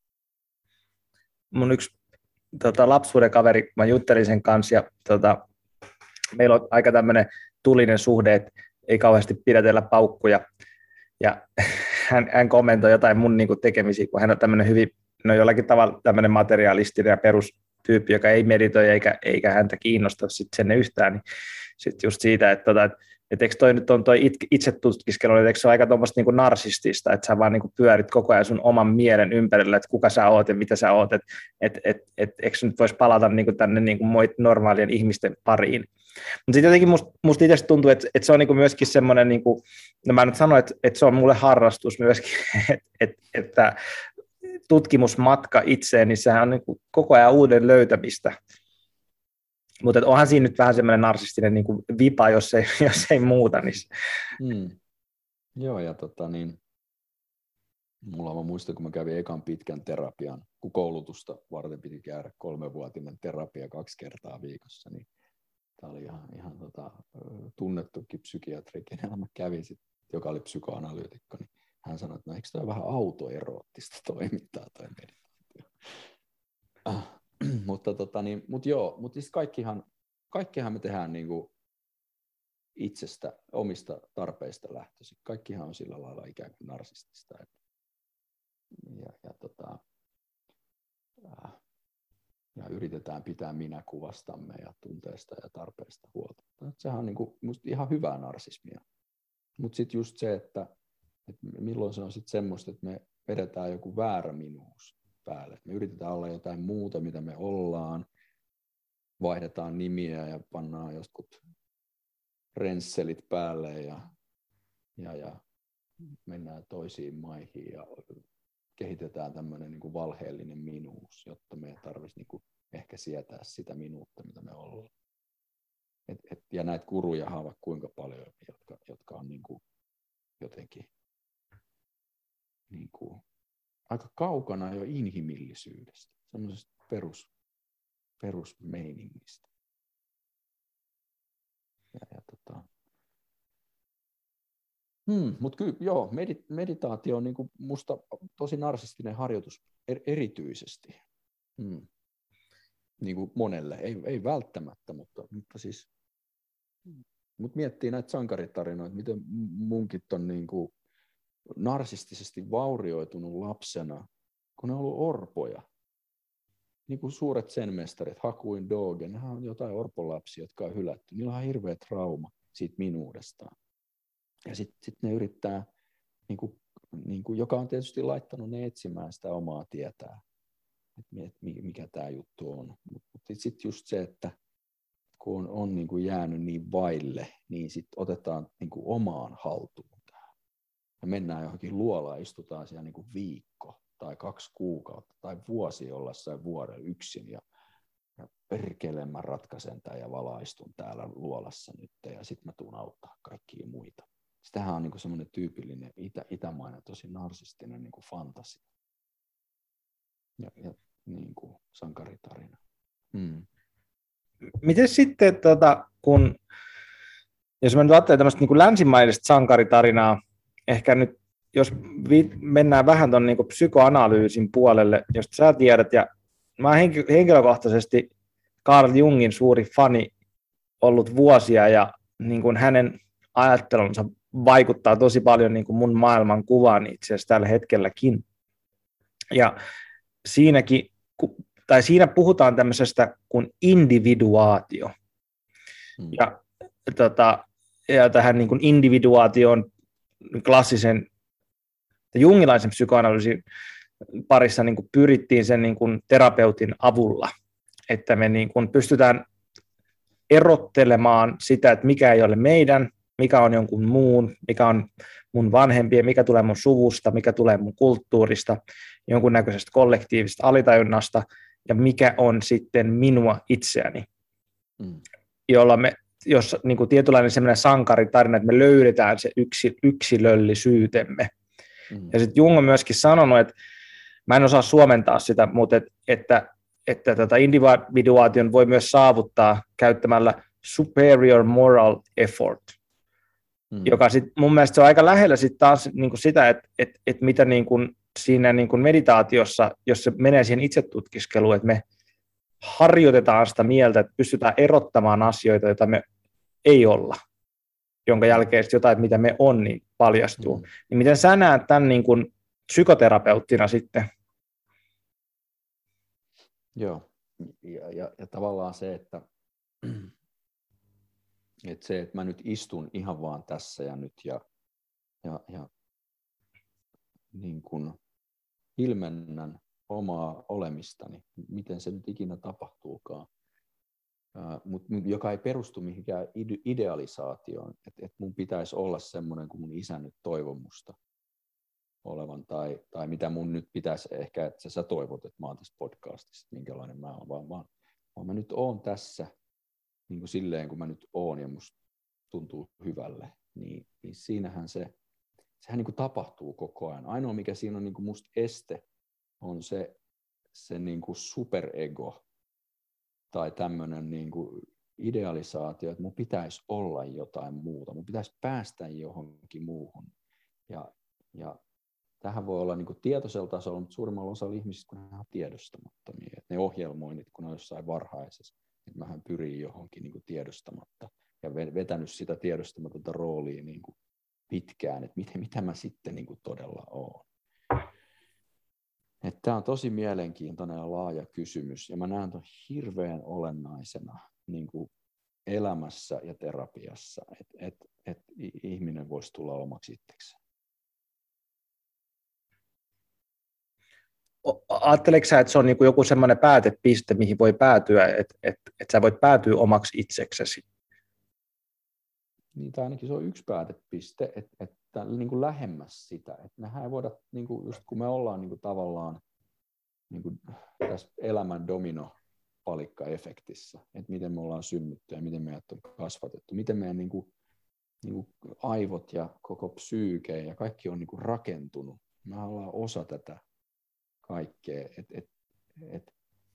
Mun yksi tota, lapsuuden kaveri, mä juttelin sen kanssa, ja tota, meillä on aika tämmöinen tulinen suhde, että ei kauheasti pidätellä paukkuja, ja hän, hän kommentoi jotain mun niin kuin tekemisiä, kun hän on tämmöinen hyvin, no jollakin tavalla tämmöinen materialistinen ja perustyyppi, joka ei meditoi eikä, eikä häntä kiinnosta sit sen yhtään, niin sitten just siitä, että, tota, että, että eikö toi nyt on toi itsetutkiskelu, että eikö se ole aika tuommoista niin kuin narsistista, että sä vaan niin kuin pyörit koko ajan sun oman mielen ympärillä, että kuka sä oot ja mitä sä oot, että et, et, et, eikö nyt voisi palata niin kuin tänne niin kuin normaalien ihmisten pariin. Mutta sitten jotenkin musta, musta itse tuntuu, että, että se on niin kuin myöskin semmoinen, niin kuin, no mä nyt sanoin, että, että se on mulle harrastus myöskin, että, että, että tutkimusmatka itseen, niin sehän on niin kuin koko ajan uuden löytämistä. Mutta onhan siinä nyt vähän semmoinen narsistinen niin kuin vipa, jos ei, jos ei muuta. Niin... Mm. Joo, ja tota niin, mulla mä muistan, kun mä kävin ekan pitkän terapian, kun koulutusta varten piti käydä kolmevuotinen terapia kaksi kertaa viikossa, niin tämä oli ihan, ihan tota, tunnettukin psykiatri, kenellä mä kävin sit, joka oli psykoanalyytikko, niin hän sanoi, että no eikö tämä vähän autoeroottista toimintaa toi meditaatio. Ah. mutta, tota, niin, mut joo, mutta siis kaikkihan, kaikkihan me tehdään niinku itsestä, omista tarpeista lähtöisin. Kaikkihan on sillä lailla ikään kuin narsistista. Ja, ja, tota, ja yritetään pitää minäkuvastamme ja tunteista ja tarpeista huolta. Sehän on niinku, musta ihan hyvää narsismia. Mutta sitten just se, että, että milloin se on sitten semmoista, että me vedetään joku väärä minuus päälle. Me yritetään olla jotain muuta, mitä me ollaan, vaihdetaan nimiä ja pannaan joskus rensselit päälle ja, ja, ja mennään toisiin maihin ja kehitetään tämmöinen niin kuin valheellinen minuus, jotta me ei tarvitsisi niin kuin ehkä sietää sitä minuutta, mitä me ollaan. Et, et, ja näitä guruja on kuinka paljon, jotka, jotka on niin kuin jotenkin niin kuin aika kaukana jo inhimillisyydestä, semmoisesta perus, perusmeiningistä. Ja, ja tota. hmm, Mutta kyllä, joo, medit, meditaatio on niinku musta tosi narsistinen harjoitus er, erityisesti. Hmm. Niinku monelle, ei, ei välttämättä, mutta, mutta siis mut miettii näitä sankaritarinoita, miten munkit on niinku narsistisesti vaurioitunut lapsena, kun ne on ollut orpoja. Niin kuin suuret zen-mestarit, Hakuin Dogen, nehän on jotain orpolapsia, jotka on hylätty. Niillä on hirveä trauma siitä minuudestaan. Ja sitten sit ne yrittää, niin kuin, niin kuin, joka on tietysti laittanut ne etsimään sitä omaa tietää, että mikä tämä juttu on. Mutta sitten just se, että kun on, on niin kuin jäänyt niin vaille, niin sitten otetaan niin kuin omaan haltuun tämä. Ja mennään johonkin luolaan, istutaan siellä niin kuin viikko tai kaksi kuukautta tai vuosi jossain vuorella yksin ja, ja perkele mä ratkaisen tämän ja valaistun täällä luolassa nyt ja sitten mä tuun auttaa kaikkia muita. Sitähän on niin semmoinen tyypillinen itä, itämainen, tosi narsistinen niin kuin fantasia ja, ja niin kuin sankaritarina. Hmm. Miten sitten, tota, kun, jos mä nyt ajattelen tämmöistä niin kuin länsimaista sankaritarinaa, ehkä nyt jos vi- mennään vähän tuon niin kuin psykoanalyysin puolelle, josta sä tiedät, ja mä oon henk- henkilökohtaisesti Carl Jungin suuri fani ollut vuosia, ja niin kuin hänen ajattelunsa vaikuttaa tosi paljon niin kuin mun maailman kuvaan itse asiassa tällä hetkelläkin. Ja siinäkin, tai siinä puhutaan tämmöisestä kuin individuaatio. Hmm. Ja, tota, ja tähän niin kuin individuaatioon klassisen jungilaisen psykoanalyysin parissa niin kuin pyrittiin sen niin kuin terapeutin avulla, että me niin kuin pystytään erottelemaan sitä, että mikä ei ole meidän mikä on jonkun muun, mikä on mun vanhempien, mikä tulee mun suvusta, mikä tulee mun kulttuurista, jonkunnäköisestä kollektiivisesta alitajunnasta, ja mikä on sitten minua itseäni, mm. jolla me, jos niin kuin tietynlainen sellainen sankaritarina, että me löydetään se yksi, yksilöllisyytemme. Mm. Ja sitten Jung on myöskin sanonut, että mä en osaa suomentaa sitä, mutta että, että, että tätä individuaation voi myös saavuttaa käyttämällä superior moral effort, mm. joka sit, mun mielestä se on aika lähellä sit taas niin kuin sitä, että, että, että mitä niin kuin siinä niin kuin meditaatiossa, jos se menee siihen itsetutkiskeluun, että me harjoitetaan sitä mieltä, että pystytään erottamaan asioita, joita me ei olla, jonka jälkeen jotain, mitä me on, niin paljastuu. Mm. Niin miten sä näet tämän niin kuin psykoterapeuttina sitten? Joo, ja, ja, ja tavallaan se, että, että se, että mä nyt istun ihan vaan tässä ja nyt ja, ja, ja niin kuin ilmennän omaa olemistani, miten se nyt ikinä tapahtuukaan, mutta joka ei perustu mihinkään idealisaatioon, että et mun pitäisi olla semmoinen kuin mun isä nyt toivon musta olevan, tai, tai mitä mun nyt pitäisi ehkä, että sä toivot, että mä oon tässä podcastissa, minkälainen mä oon, vaan, vaan, vaan mä nyt oon tässä niin kuin silleen, kun mä nyt oon ja musta tuntuu hyvälle, niin, niin siinähän se, sehän niin kuin tapahtuu koko ajan. Ainoa, mikä siinä on niin kuin musta este, on se, se niin kuin superego tai tämmöinen niin kuin idealisaatio, että mun pitäisi olla jotain muuta, mun pitäisi päästä johonkin muuhun. Ja, ja tähän voi olla niin kuin tietoisella tasolla, mutta suurimmalla osalla ihmisistä, kun ne on tiedostamattomia, että ne ohjelmoinnit, kun ne on jossain varhaisessa, että mähän pyrin johonkin niin kuin tiedostamatta ja vetänyt sitä tiedostamatonta roolia niin kuin pitkään, että mitä, mitä mä sitten niin kuin todella oon. Tämä on tosi mielenkiintoinen ja laaja kysymys, ja mä näen ton hirveän olennaisena niin kuin elämässä ja terapiassa, että et, et ihminen voisi tulla omaksi itsekseen. Ajatteleeko sä, että se on niin kuin joku semmoinen päätepiste, mihin voi päätyä, että et, et sä voit päätyä omaksi itseksesi? Niin, tai ainakin se on yksi päätepiste, että, että niin kuin lähemmäs sitä. Että mehän ei voida, niin kuin, just kun me ollaan niin kuin tavallaan niin kuin tässä elämän dominopalikka-efektissä, että miten me ollaan synnytty ja miten meidät on kasvatettu, miten meidän niin kuin, niin kuin aivot ja koko psyyke ja kaikki on niin kuin rakentunut. Me ollaan osa tätä kaikkea. Että et, et,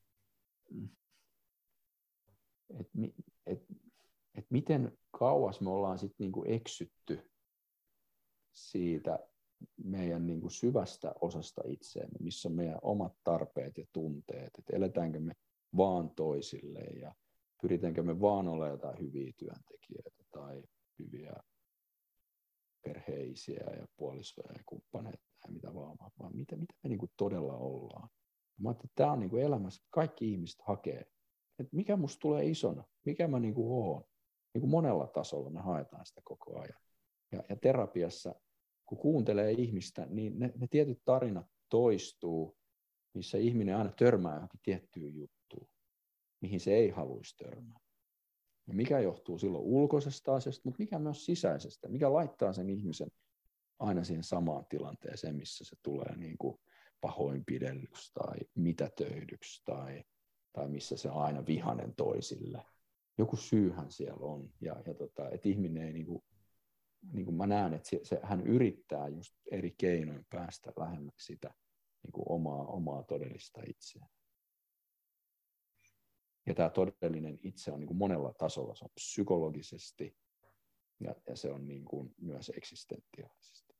et, et, et miten kauas me ollaan sitten niinku eksytty siitä meidän niinku syvästä osasta itseämme, missä on meidän omat tarpeet ja tunteet, että eletäänkö me vaan toisille ja pyritäänkö me vaan olemaan jotain hyviä työntekijöitä tai hyviä perheisiä ja puolisoja ja kumppaneita ja mitä vaan, vaan mitä, mitä me niinku todella ollaan. Mä ajattelin, että tämä on niinku elämässä, kaikki ihmiset hakee, että mikä musta tulee isona, mikä mä niinku oon. Niin kuin monella tasolla me haetaan sitä koko ajan. Ja, ja terapiassa, kun kuuntelee ihmistä, niin ne, ne tietyt tarinat toistuu, missä ihminen aina törmää johonkin tiettyyn juttuun, mihin se ei haluaisi törmää. Ja mikä johtuu silloin ulkoisesta asiasta, mutta mikä myös sisäisestä, mikä laittaa sen ihmisen aina siihen samaan tilanteeseen, missä se tulee niin kuin pahoinpidellyksi tai mitätöidyksi tai, tai missä se on aina vihainen toisille. Joku syyhän siellä on, ja, ja tota, että ihminen ei, niin kuin, niin kuin mä näen, että se, se, hän yrittää just eri keinoin päästä lähemmäksi sitä niin kuin omaa, omaa todellista itseään. Ja tämä todellinen itse on niin kuin monella tasolla, se on psykologisesti, ja, ja se on niin kuin myös eksistentiaalisesti.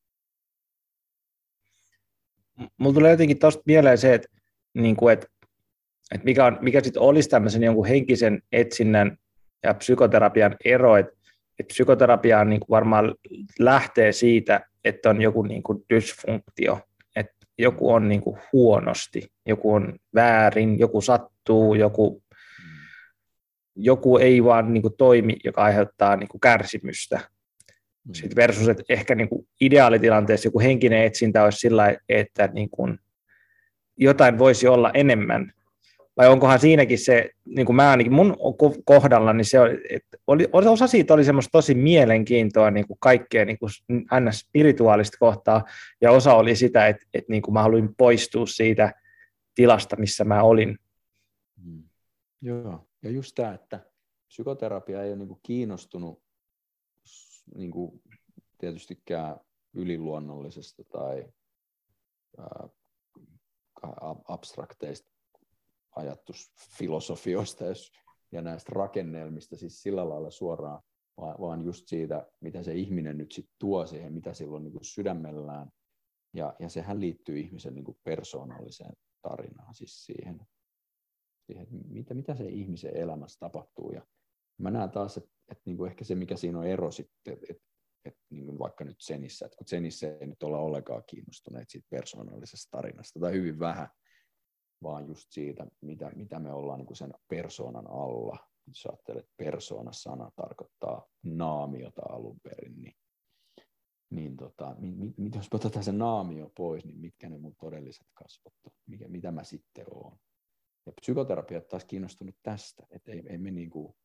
Mulla tulee jotenkin tuosta mieleen se, että, niin kuin, että, että mikä, on, mikä sitten olisi tämmöisen jonkun henkisen etsinnän ja psykoterapian ero, että, että psykoterapia niin kuin varmaan lähtee siitä, että on joku niin kuin dysfunktio, että joku on niin kuin huonosti, joku on väärin, joku sattuu, joku, joku ei vaan niin kuin toimi, joka aiheuttaa niin kuin kärsimystä. Sitten versus, että ehkä niin kuin ideaalitilanteessa joku henkinen etsintä olisi sillä, että niin kuin jotain voisi olla enemmän vai onkohan siinäkin se, niin kuin mä ainakin mun kohdalla, niin se oli, että oli, osa siitä oli semmoista tosi mielenkiintoa niin kuin kaikkea niin kuin aina spirituaalista kohtaa, ja osa oli sitä, että, että niin kuin mä haluin poistua siitä tilasta, missä mä olin. Mm. Joo, ja just tämä, että psykoterapia ei ole niin kuin kiinnostunut niin kuin tietystikään yliluonnollisesta tai ää, abstrakteista ajatusfilosofioista ja näistä rakennelmista siis sillä lailla suoraan, vaan just siitä, mitä se ihminen nyt sit tuo siihen, mitä sillä on niin kuin sydämellään. Ja, ja sehän liittyy ihmisen niin kuin persoonalliseen tarinaan, siis siihen, siihen mitä, mitä se ihmisen elämässä tapahtuu. Ja mä näen taas, että, että niin kuin ehkä se, mikä siinä on ero sitten, että, että, että niin kuin vaikka nyt Zenissä, että kun Zenissä ei nyt olla ollenkaan kiinnostuneet siitä persoonallisesta tarinasta, tai hyvin vähän, vaan just siitä, mitä, mitä me ollaan niin kuin sen persoonan alla. Jos ajattelet, että persoona-sana tarkoittaa naamiota alun perin, niin, niin tota, mi, mi, jos otetaan se naamio pois, niin mitkä ne mun todelliset kasvot on, mikä, mitä mä sitten oon. Ja psykoterapia on taas kiinnostunut tästä, että ei, ei me niin kuin,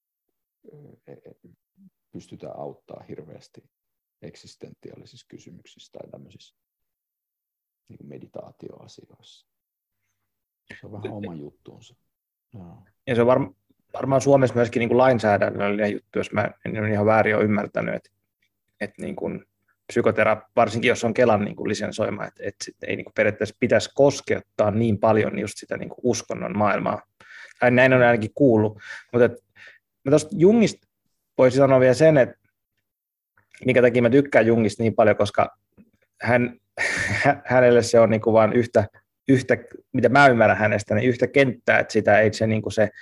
pystytä auttaa hirveästi eksistentiaalisissa kysymyksissä tai tämmöisissä niin kuin meditaatioasioissa. Se on vähän oma juttuunsa. No. Ja se on varma, varmaan Suomessa myöskin niin kuin lainsäädännöllinen juttu, jos mä en ole ihan väärin ole ymmärtänyt, että, että niin kuin psykoterapia, varsinkin jos on Kelan niin kuin lisensoima, että, että sit ei niin kuin periaatteessa pitäisi koskettaa niin paljon just sitä niin kuin uskonnon maailmaa. Tai näin on ainakin kuullut. Mutta että, mä tuosta Jungista voisin sanoa vielä sen, että minkä takia mä tykkään Jungista niin paljon, koska hän, hänelle se on niin kuin vaan yhtä, yhtä, mitä mä ymmärrän hänestä, niin yhtä kenttää, että sitä ei se, niin kuin se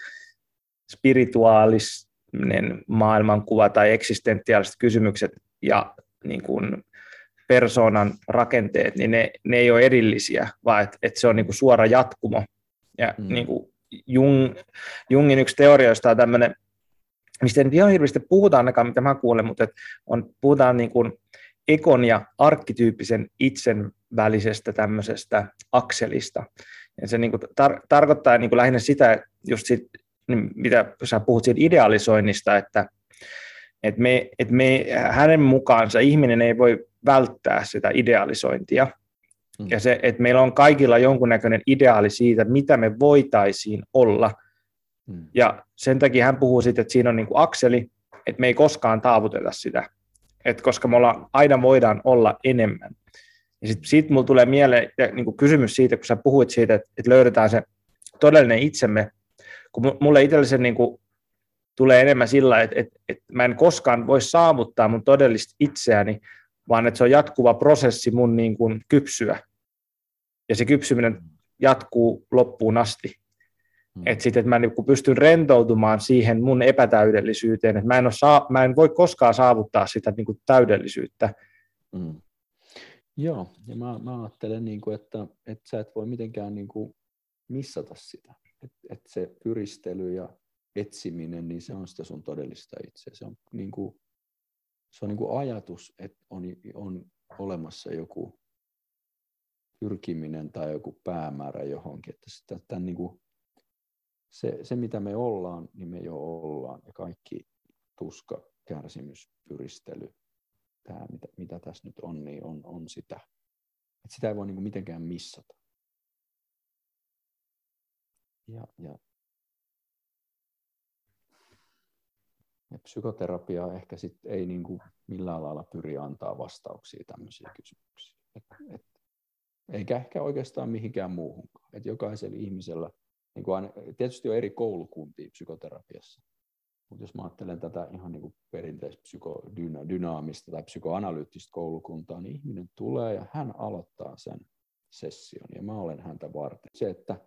spirituaalinen maailmankuva tai eksistentiaaliset kysymykset ja niin kuin persoonan rakenteet, niin ne, ne ei ole erillisiä, vaan että, että se on niin kuin suora jatkumo. Ja mm. niin kuin Jung, Jungin yksi teorioista on tämmöinen, mistä ei nyt ihan hirveästi puhutaan ainakaan, mitä mä kuulen, mutta että on, puhutaan niin kuin ekon ja arkkityyppisen itsen välisestä tämmöisestä akselista. Ja se niin kuin tar- tarkoittaa niin kuin lähinnä sitä, just sit, mitä sä puhut siitä idealisoinnista, että, että, me, että me, hänen mukaansa ihminen ei voi välttää sitä idealisointia. Mm. Ja se, että meillä on kaikilla jonkunnäköinen ideaali siitä, mitä me voitaisiin olla. Mm. Ja sen takia hän puhuu siitä, että siinä on niin kuin akseli, että me ei koskaan taavuteta sitä. Että koska me ollaan, aina voidaan olla enemmän. Ja sitten sit mulla tulee mieleen ja niin kuin kysymys siitä, kun sä puhuit siitä, että, että löydetään se todellinen itsemme, kun mulle itselle se niin kuin tulee enemmän sillä, että, että, että mä en koskaan voi saavuttaa mun todellista itseäni, vaan että se on jatkuva prosessi mun niin kuin kypsyä. Ja se kypsyminen jatkuu loppuun asti. Mm. Että sitten, että mä niin kuin pystyn rentoutumaan siihen mun epätäydellisyyteen, että mä en, ole saa, mä en voi koskaan saavuttaa sitä niin kuin täydellisyyttä. Mm. Joo, ja mä, mä ajattelen, niin kuin, että, että sä et voi mitenkään niin kuin missata sitä. Että et se pyristely ja etsiminen, niin se on sitä sun todellista itseä. Se on niin kuin, se on niin kuin ajatus, että on, on olemassa joku pyrkiminen tai joku päämäärä johonkin. Että sitä, tämän niin kuin, se, se, mitä me ollaan, niin me jo ollaan. Ja kaikki tuska, kärsimys, pyristely, tämä, mitä, mitä tässä nyt on, niin on, on sitä. Että sitä ei voi niin kuin mitenkään missata. Ja, ja, ja psykoterapia ehkä sit ei niin kuin millään lailla pyri antaa vastauksia tämmöisiin kysymyksiin. Et, et, eikä ehkä oikeastaan mihinkään muuhunkaan. Et jokaisella ihmisellä, niin kuin aina, tietysti on eri koulukuntia psykoterapiassa, mutta jos mä ajattelen tätä ihan niin kuin perinteistä psykodynaamista tai psykoanalyyttistä koulukuntaa, niin ihminen tulee ja hän aloittaa sen session ja mä olen häntä varten. Se, että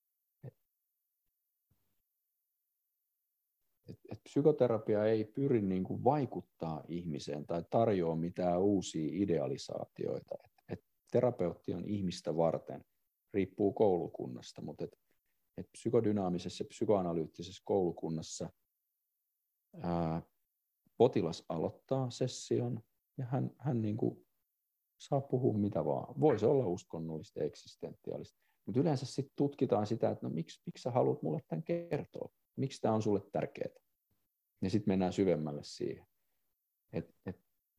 Et, et psykoterapia ei pyri niin kuin vaikuttaa ihmiseen tai tarjoa mitään uusia idealisaatioita. Et, et terapeutti on ihmistä varten, riippuu koulukunnasta, mutta et, et psykodynaamisessa ja psykoanalyyttisessä koulukunnassa ää, potilas aloittaa session ja hän, hän niin kuin saa puhua mitä vaan. Voisi olla uskonnollista, eksistentiaalista. Mutta yleensä sitten tutkitaan sitä, että no miksi, miksi sä haluat mulle tämän kertoa? Miksi tämä on sulle tärkeää? Ja sitten mennään syvemmälle siihen. Että et,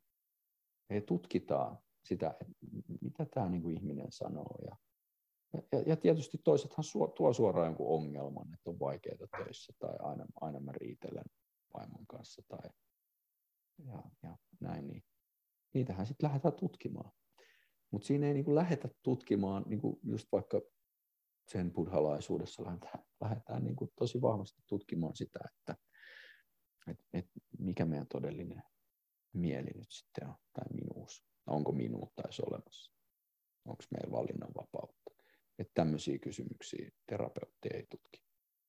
et tutkitaan sitä, että mitä tämä niinku ihminen sanoo. Ja, ja, ja tietysti toisethan suo, tuo suoraan jonkun ongelman, että on vaikeaa töissä tai aina, aina mä riitelen vaimon kanssa tai ja, ja näin. Niin. Niitähän sitten lähdetään tutkimaan. Mutta siinä ei niinku lähdetä tutkimaan, niinku just vaikka sen buddhalaisuudessa lähdetään, lähdetään niinku tosi vahvasti tutkimaan sitä, että et, et mikä meidän todellinen mieli nyt sitten on, tai minuus. Onko minuutta edes olemassa? Onko meillä valinnanvapautta? Että tämmöisiä kysymyksiä terapeutti ei tutki.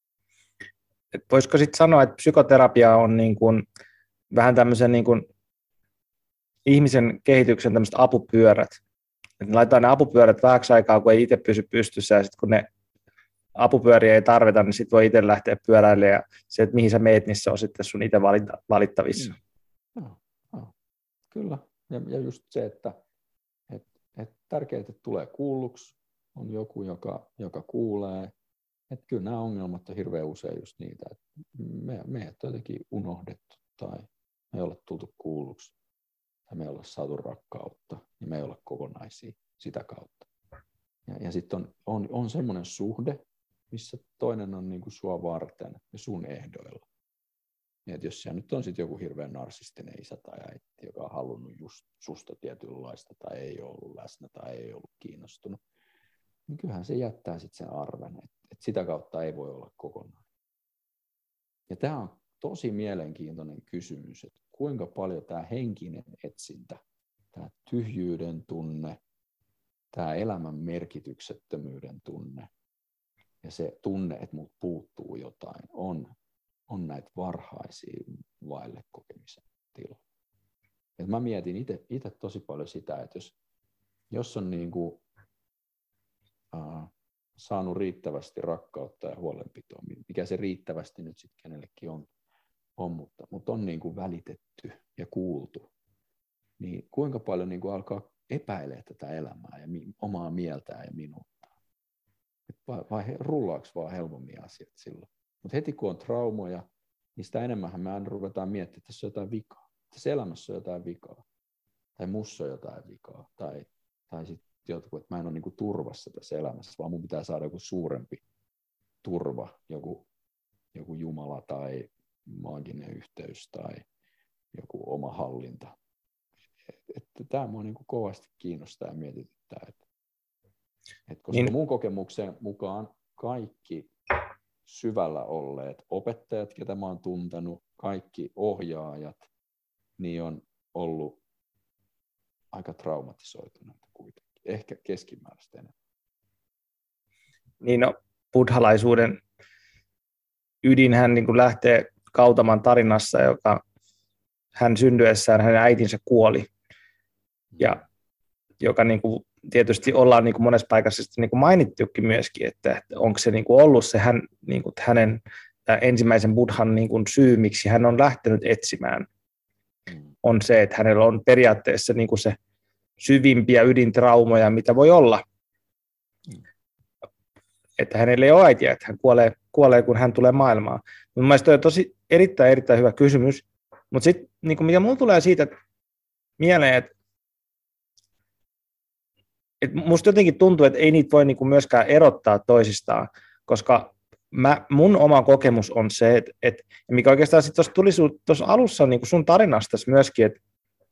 Et voisiko sitten sanoa, että psykoterapia on niin kuin vähän tämmöisen niin kuin ihmisen kehityksen tämmöiset apupyörät. Et ne laitetaan ne apupyörät vähäksi aikaa, kun ei itse pysy pystyssä, ja sitten kun ne apupyöriä ei tarvita, niin sitten voi itse lähteä pyöräilemään, ja se, että mihin sä meet, niin se on sitten sun itse valittavissa. Mm. No, no. Kyllä, ja, ja just se, että et, et tärkeää, että tulee kuulluksi, on joku, joka, joka kuulee. Että kyllä nämä ongelmat on hirveän usein just niitä, että me, meidät on jotenkin unohdettu, tai me ei olla tultu kuulluksi, tai me ei olla saatu rakkautta, niin me ei olla kokonaisia sitä kautta. Ja, ja sitten on, on, on semmoinen suhde, missä toinen on niinku sua varten ja sun ehdoilla. Ja jos siellä nyt on sitten joku hirveän narsistinen isä tai äiti, joka on halunnut just susta tietynlaista tai ei ole ollut läsnä tai ei ollut kiinnostunut, niin kyllähän se jättää sitten sen arven, että et sitä kautta ei voi olla kokonaan. Ja tämä on tosi mielenkiintoinen kysymys, että kuinka paljon tämä henkinen etsintä, tämä tyhjyyden tunne, tämä elämän merkityksettömyyden tunne ja se tunne, että mut puuttuu jotain, on, on näitä varhaisia vaille kokemisen tiloja. Et mä mietin itse tosi paljon sitä, että jos, jos on niinku, uh, saanut riittävästi rakkautta ja huolenpitoa, mikä se riittävästi nyt sitten kenellekin on, on mutta, mutta on niinku välitetty ja kuultu, niin kuinka paljon niinku alkaa epäilee tätä elämää ja mi- omaa mieltään ja minuuttaa. Et vai, vai rullaako vaan helpommin asiat silloin? Mutta heti kun on traumoja, niin sitä enemmän me aina ruvetaan miettimään, että tässä on jotain vikaa. Tässä elämässä on jotain vikaa. Tai mussa on jotain vikaa. Tai, tai sitten jotkut, että mä en ole niinku turvassa tässä elämässä, vaan mun pitää saada joku suurempi turva, joku, joku Jumala tai maaginen yhteys tai joku oma hallinta. Että tämä minua niin kovasti kiinnostaa ja mietityttää. Että, että koska niin. Mun kokemuksen mukaan kaikki syvällä olleet opettajat, ketä mä oon tuntenut, kaikki ohjaajat, niin on ollut aika traumatisoituneita kuitenkin. Ehkä keskimääräistä enemmän. Niin no, buddhalaisuuden ydinhän niin kuin lähtee Gautaman tarinassa, joka hän syntyessään, hänen äitinsä kuoli. Ja joka niin kuin, tietysti ollaan niin kuin monessa paikassa niin kuin mainittukin myöskin, että, että onko se niin kuin ollut se hän, niin kuin, hänen ensimmäisen buddhan niin kuin syy, miksi hän on lähtenyt etsimään, on se, että hänellä on periaatteessa niin kuin se syvimpiä ydintraumoja, mitä voi olla. Että hänellä ei ole äitiä, että hän kuolee, kuolee kun hän tulee maailmaan. Mun mielestä toi on tosi erittäin, erittäin hyvä kysymys. Mutta sitten, niin mitä minulle tulee siitä mieleen, että et musta jotenkin tuntuu, että ei niitä voi niin kuin myöskään erottaa toisistaan, koska mä, mun oma kokemus on se, että, että mikä oikeastaan sitten tuli tuossa alussa niin kuin sun tarinastasi myöskin, että,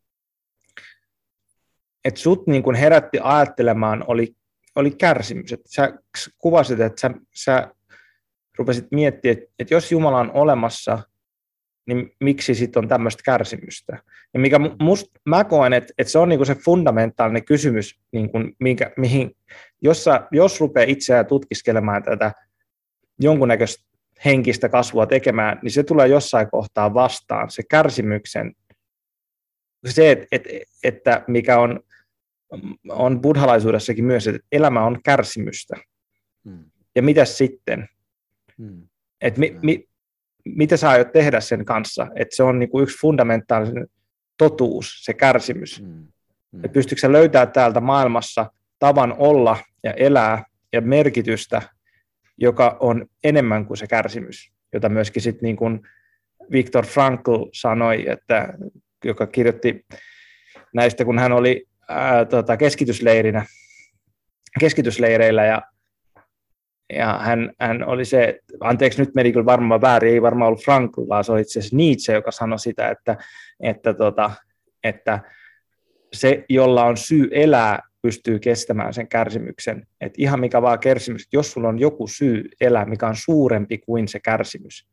että sut niin kuin herätti ajattelemaan oli, oli kärsimys. Että sä kuvasit, että sä, sä rupesit miettimään, että, että jos Jumala on olemassa, niin miksi sitten on tämmöistä kärsimystä? Ja mikä must, mä koen, että, että se on niinku se fundamentaalinen kysymys, niinku, minkä, mihin, jos, sä, jos rupeaa itseään tutkiskelemaan tätä jonkunnäköistä henkistä kasvua tekemään, niin se tulee jossain kohtaa vastaan, se kärsimyksen, se, että, että, että mikä on, on buddhalaisuudessakin myös, että elämä on kärsimystä. Hmm. Ja mitäs sitten? Hmm. Että mi, mi, mitä sä aiot tehdä sen kanssa, että se on niinku yksi fundamentaalinen totuus, se kärsimys. Mm. Mm. Että pystytkö sä löytämään täältä maailmassa tavan olla ja elää ja merkitystä, joka on enemmän kuin se kärsimys, jota myöskin sit niin kuin Viktor Frankl sanoi, että, joka kirjoitti näistä, kun hän oli ää, tota, keskitysleirinä, keskitysleireillä, ja, ja hän, hän oli se, anteeksi nyt meni kyllä varmaan väärin, ei varmaan ollut Frankl, vaan se oli itse asiassa Nietzsche, joka sanoi sitä, että, että, tota, että se, jolla on syy elää, pystyy kestämään sen kärsimyksen. Et ihan mikä vaan kärsimys, jos sulla on joku syy elää, mikä on suurempi kuin se kärsimys.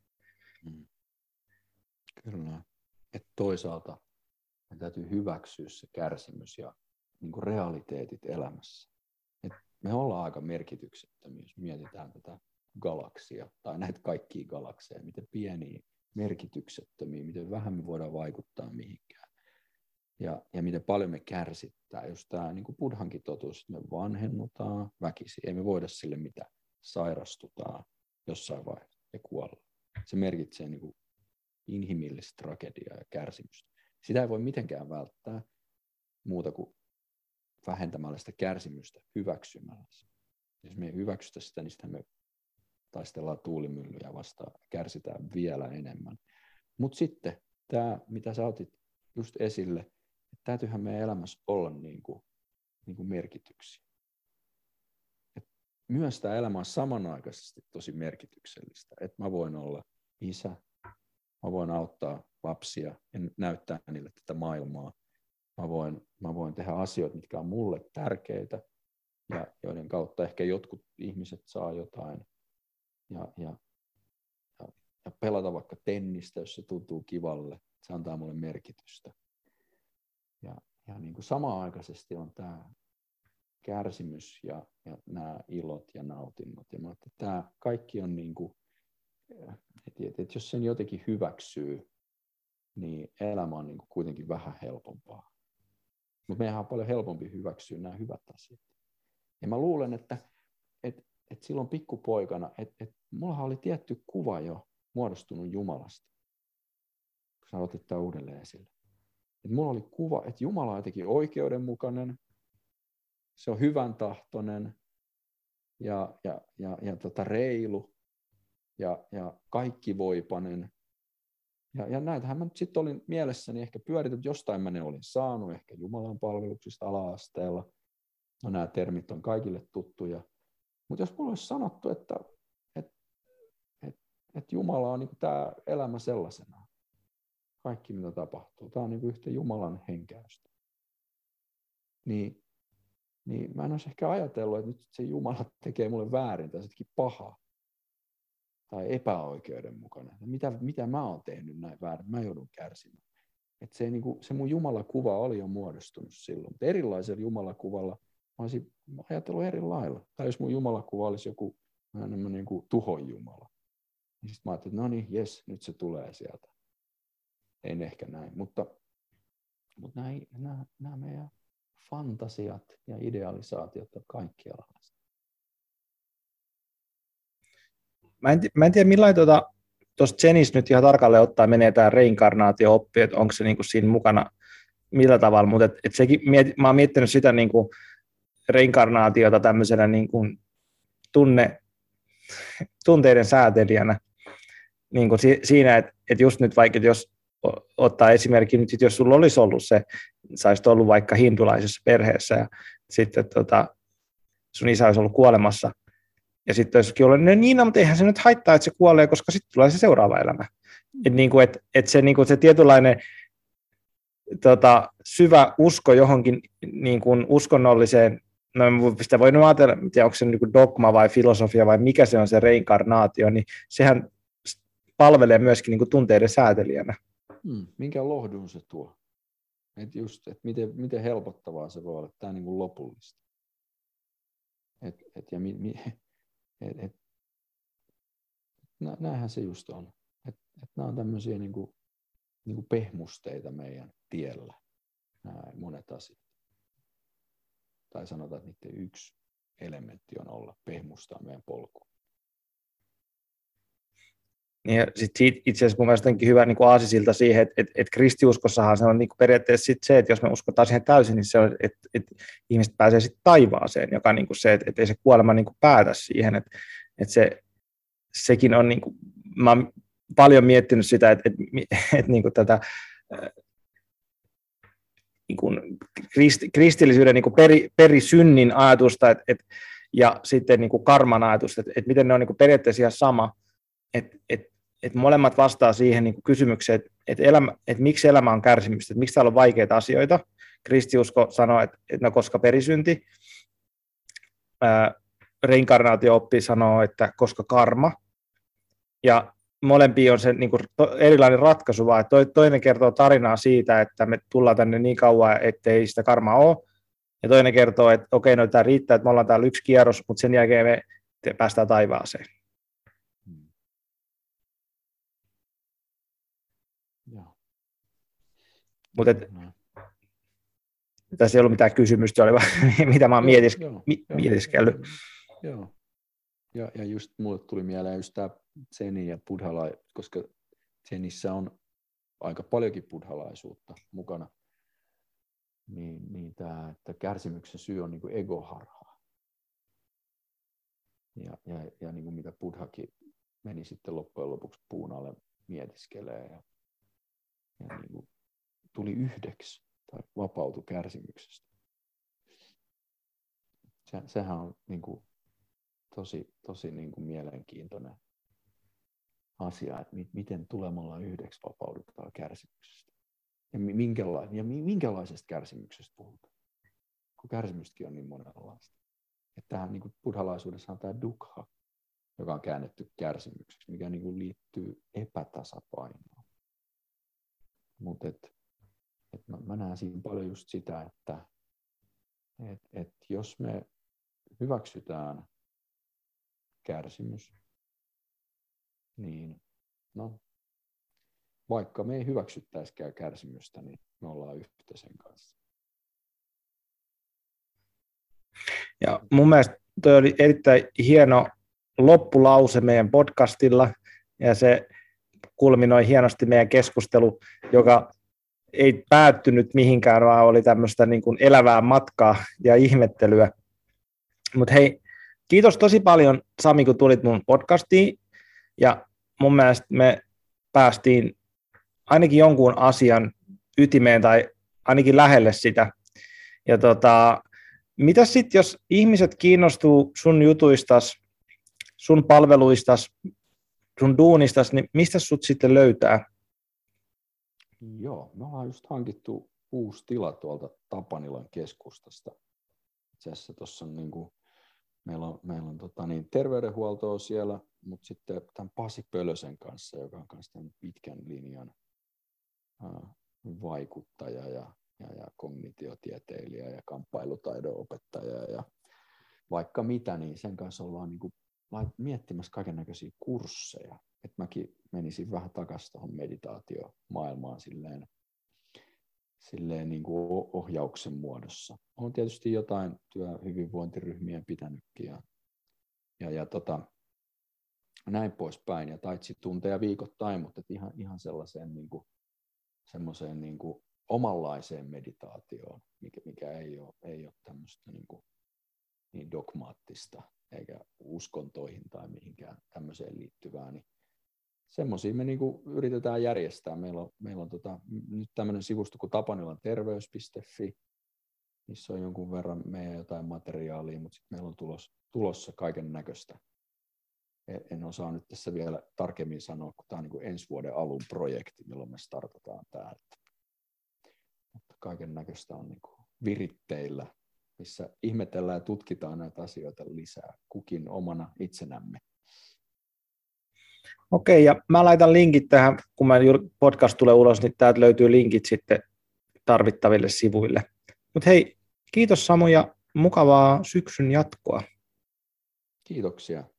Kyllä. Et toisaalta me täytyy hyväksyä se kärsimys ja niin kuin realiteetit elämässä. Et me ollaan aika merkityksettömiä, jos mietitään tätä galaksia tai näitä kaikkia galakseja, miten pieniä, merkityksettömiä, miten vähän me voidaan vaikuttaa mihinkään. Ja, ja miten paljon me kärsittää, jos tämä niin kuin Buddhankin totuus, että me vanhennutaan väkisin, ei me voida sille mitään, sairastutaan jossain vaiheessa ja kuollaan. Se merkitsee niin kuin inhimillistä tragediaa ja kärsimystä. Sitä ei voi mitenkään välttää muuta kuin vähentämällä sitä kärsimystä hyväksymällä. Jos me ei hyväksytä sitä, niin sitä me taistellaan tuulimyllyjä vastaan, kärsitään vielä enemmän. Mutta sitten tämä, mitä sä otit just esille, että täytyyhän meidän elämässä olla niin kuin, niin kuin merkityksiä. Et myös tämä elämä on samanaikaisesti tosi merkityksellistä, että mä voin olla isä, mä voin auttaa lapsia ja näyttää niille tätä maailmaa. Mä voin, mä voin tehdä asioita, mitkä on mulle tärkeitä ja joiden kautta ehkä jotkut ihmiset saa jotain. Ja, ja, ja, ja pelata vaikka tennistä, jos se tuntuu kivalle. Se antaa mulle merkitystä. Ja, ja niin kuin samanaikaisesti on tämä kärsimys ja, ja nämä ilot ja nautinnot. Ja mä että tämä kaikki on niin kuin, että, että jos sen jotenkin hyväksyy, niin elämä on niin kuin kuitenkin vähän helpompaa. Mutta meidän on paljon helpompi hyväksyä nämä hyvät asiat. Ja mä luulen, että, että, että silloin pikkupoikana, että, että mullahan oli tietty kuva jo muodostunut Jumalasta. Kun sä otit tämän uudelleen esille. Että mulla oli kuva, että Jumala on jotenkin oikeudenmukainen, se on hyvän tahtoinen ja, ja, ja, ja tota reilu ja, ja kaikkivoipainen. Ja, ja näitähän mä nyt sitten olin mielessäni ehkä pyöritetty, jostain mä ne olin saanut, ehkä Jumalan palveluksista ala-asteella. No nämä termit on kaikille tuttuja. Mutta jos mulla olisi sanottu, että, että, että, että Jumala on niin kuin tämä elämä sellaisena, kaikki mitä tapahtuu, tämä on niin kuin yhtä Jumalan henkäystä, niin, niin mä en olisi ehkä ajatellut, että nyt se Jumala tekee mulle väärin tai sittenkin paha tai epäoikeudenmukainen. Mitä, mitä mä oon tehnyt näin väärin, mä joudun kärsimään. Että se, niin kuin, se mun Jumalakuva oli jo muodostunut silloin, mutta erilaisella Jumalakuvalla mä olisin ajatellut eri lailla. Tai jos mun Jumalakuva olisi joku enemmän niin kuin tuhon Jumala, niin sitten mä ajattelin, että no niin, jes, nyt se tulee sieltä. En ehkä näin, mutta, mutta nämä, nämä, nämä meidän fantasiat ja idealisaatiot on kaikkialla. Mä en, mä en tiedä, millainen tuota, tuossa Jenissä nyt ihan tarkalleen ottaa menee tämä reinkarnaatio-oppi, että onko se niinku siinä mukana millä tavalla, mutta et, et sekin, miet, mä oon miettinyt sitä niinku reinkarnaatiota tämmöisenä niinku tunne, tunteiden säätelijänä niinku si, siinä, että et just nyt vaikka, jos ottaa esimerkki nyt, jos sulla olisi ollut se, sä olisit ollut vaikka hindulaisessa perheessä ja sitten tota, sun isä olisi ollut kuolemassa, ja sitten olisikin ollut, no niin, no, mutta eihän se nyt haittaa, että se kuolee, koska sitten tulee se seuraava elämä. Että niinku, et, et se, niinku, se tietynlainen tota, syvä usko johonkin niinku, uskonnolliseen, no sitä voi ajatella, onko se niinku dogma vai filosofia vai mikä se on se reinkarnaatio, niin sehän palvelee myöskin niinku tunteiden säätelijänä. Hmm, minkä lohdun se tuo? Et just, et miten, miten helpottavaa se voi olla, tämä niinku lopullista. Et, et, ja mi, mi, et, et, näinhän se just on. Et, et nämä on tämmöisiä niinku, niinku pehmusteita meidän tiellä, nämä monet asiat. Tai sanotaan, että niiden yksi elementti on olla pehmustaa meidän polku. Ja sit siitä itse asiassa mun mielestä onkin hyvä niin kuin aasisilta siihen, että, että, että kristiuskossahan se on niin kuin periaatteessa sit se, että jos me uskotaan siihen täysin, niin se on, että, että ihmiset pääsee sitten taivaaseen, joka on niin kuin se, että, että ei se kuolema niin kuin päätä siihen. Että, että se, sekin on, niin kuin, mä oon paljon miettinyt sitä, että, että, että niin kuin tätä niin kuin kristillisyyden niin kuin peri, perisynnin ajatusta että, että, ja sitten niin kuin karman ajatusta, että, että miten ne on niin kuin periaatteessa ihan sama. Että et, et molemmat vastaa siihen niin kuin kysymykseen, että et elämä, et miksi elämä on kärsimystä, että miksi täällä on vaikeita asioita. Kristiusko sanoo, että et no koska perisynti. Ää, reinkarnaatio-oppi sanoo, että koska karma. Ja molempia on se niin kuin to, erilainen ratkaisu, vaan että toinen kertoo tarinaa siitä, että me tullaan tänne niin kauan, ettei sitä karmaa ole. Ja toinen kertoo, että okei, no tämä riittää, että me ollaan täällä yksi kierros, mutta sen jälkeen me päästään taivaaseen. Mutta tässä ei ollut mitään kysymystä, oli vaan, mitä mä oon mietis, joo, mi, joo, mietiskellyt. Joo, ja, ja just mulle tuli mieleen just tämä Zeni ja buddhala, koska Zenissä on aika paljonkin buddhalaisuutta mukana, niin, niin tämä, että kärsimyksen syy on niin kuin egoharha. Ja, ja, ja niin kuin mitä Buddhakin meni sitten loppujen lopuksi puun alle mietiskelee ja, ja niin kuin tuli yhdeksi tai vapautui kärsimyksestä. Se, sehän on niin kuin tosi, tosi niin kuin mielenkiintoinen asia, että miten tulemalla yhdeksi vapaudutaan kärsimyksestä. Ja, minkäla- ja minkälaisesta kärsimyksestä puhutaan, kun kärsimystäkin on niin monenlaista. Että tähän niin kuin buddhalaisuudessa on tämä dukkha, joka on käännetty kärsimykseksi, mikä niin kuin liittyy epätasapainoon. Mutta et, et mä, mä näen siinä paljon just sitä, että et, et jos me hyväksytään kärsimys, niin no, vaikka me ei hyväksyttäisikään kärsimystä, niin me ollaan yhtä sen kanssa. Ja mun mielestä toi oli erittäin hieno loppulause meidän podcastilla, ja se kulminoi hienosti meidän keskustelu, joka ei päättynyt mihinkään, vaan oli tämmöistä niin kuin elävää matkaa ja ihmettelyä. Mutta hei, kiitos tosi paljon Sami, kun tulit mun podcastiin, ja mun mielestä me päästiin ainakin jonkun asian ytimeen tai ainakin lähelle sitä. Ja tota, mitä sitten, jos ihmiset kiinnostuu sun jutuistas, sun palveluistas, sun duunistas, niin mistä sut sitten löytää? Joo, me ollaan just hankittu uusi tila tuolta Tapanilan keskustasta. Itse asiassa tuossa on niin kuin, meillä on, meillä on tota niin, terveydenhuoltoa siellä, mutta sitten tämän Pasi Pölösen kanssa, joka on myös tämän pitkän linjan ää, vaikuttaja ja, ja, ja kognitiotieteilijä ja kamppailutaidon opettaja ja vaikka mitä, niin sen kanssa ollaan niin kuin miettimässä kaikennäköisiä kursseja. Et mäkin menisin vähän takaisin tuohon meditaatiomaailmaan silleen, silleen niin kuin ohjauksen muodossa. On tietysti jotain työhyvinvointiryhmien pitänytkin ja, ja, ja tota, näin poispäin. Ja taitsi tunteja viikoittain, mutta ihan, ihan sellaiseen niin kuin, semmoiseen niin kuin omanlaiseen meditaatioon, mikä, mikä ei ole, ei ole tämmöistä niin kuin niin dogmaattista eikä uskontoihin tai mihinkään tämmöiseen liittyvää, niin semmoisia me niinku yritetään järjestää. Meillä on, meillä on tota, nyt tämmöinen sivusto kuin tapanilanterveys piste fi, missä on jonkun verran meidän jotain materiaalia, mutta sitten meillä on tulos, tulossa kaiken näköistä. En osaa nyt tässä vielä tarkemmin sanoa, kun tämä on niinku ensi vuoden alun projekti, milloin me startataan tämä. Mutta kaiken näköistä on niinku viritteillä, missä ihmetellään ja tutkitaan näitä asioita lisää, kukin omana itsenämme. Okei, ja mä laitan linkit tähän, kun mä podcast tulee ulos, niin täältä löytyy linkit sitten tarvittaville sivuille. Mutta hei, kiitos Samu ja mukavaa syksyn jatkoa. Kiitoksia.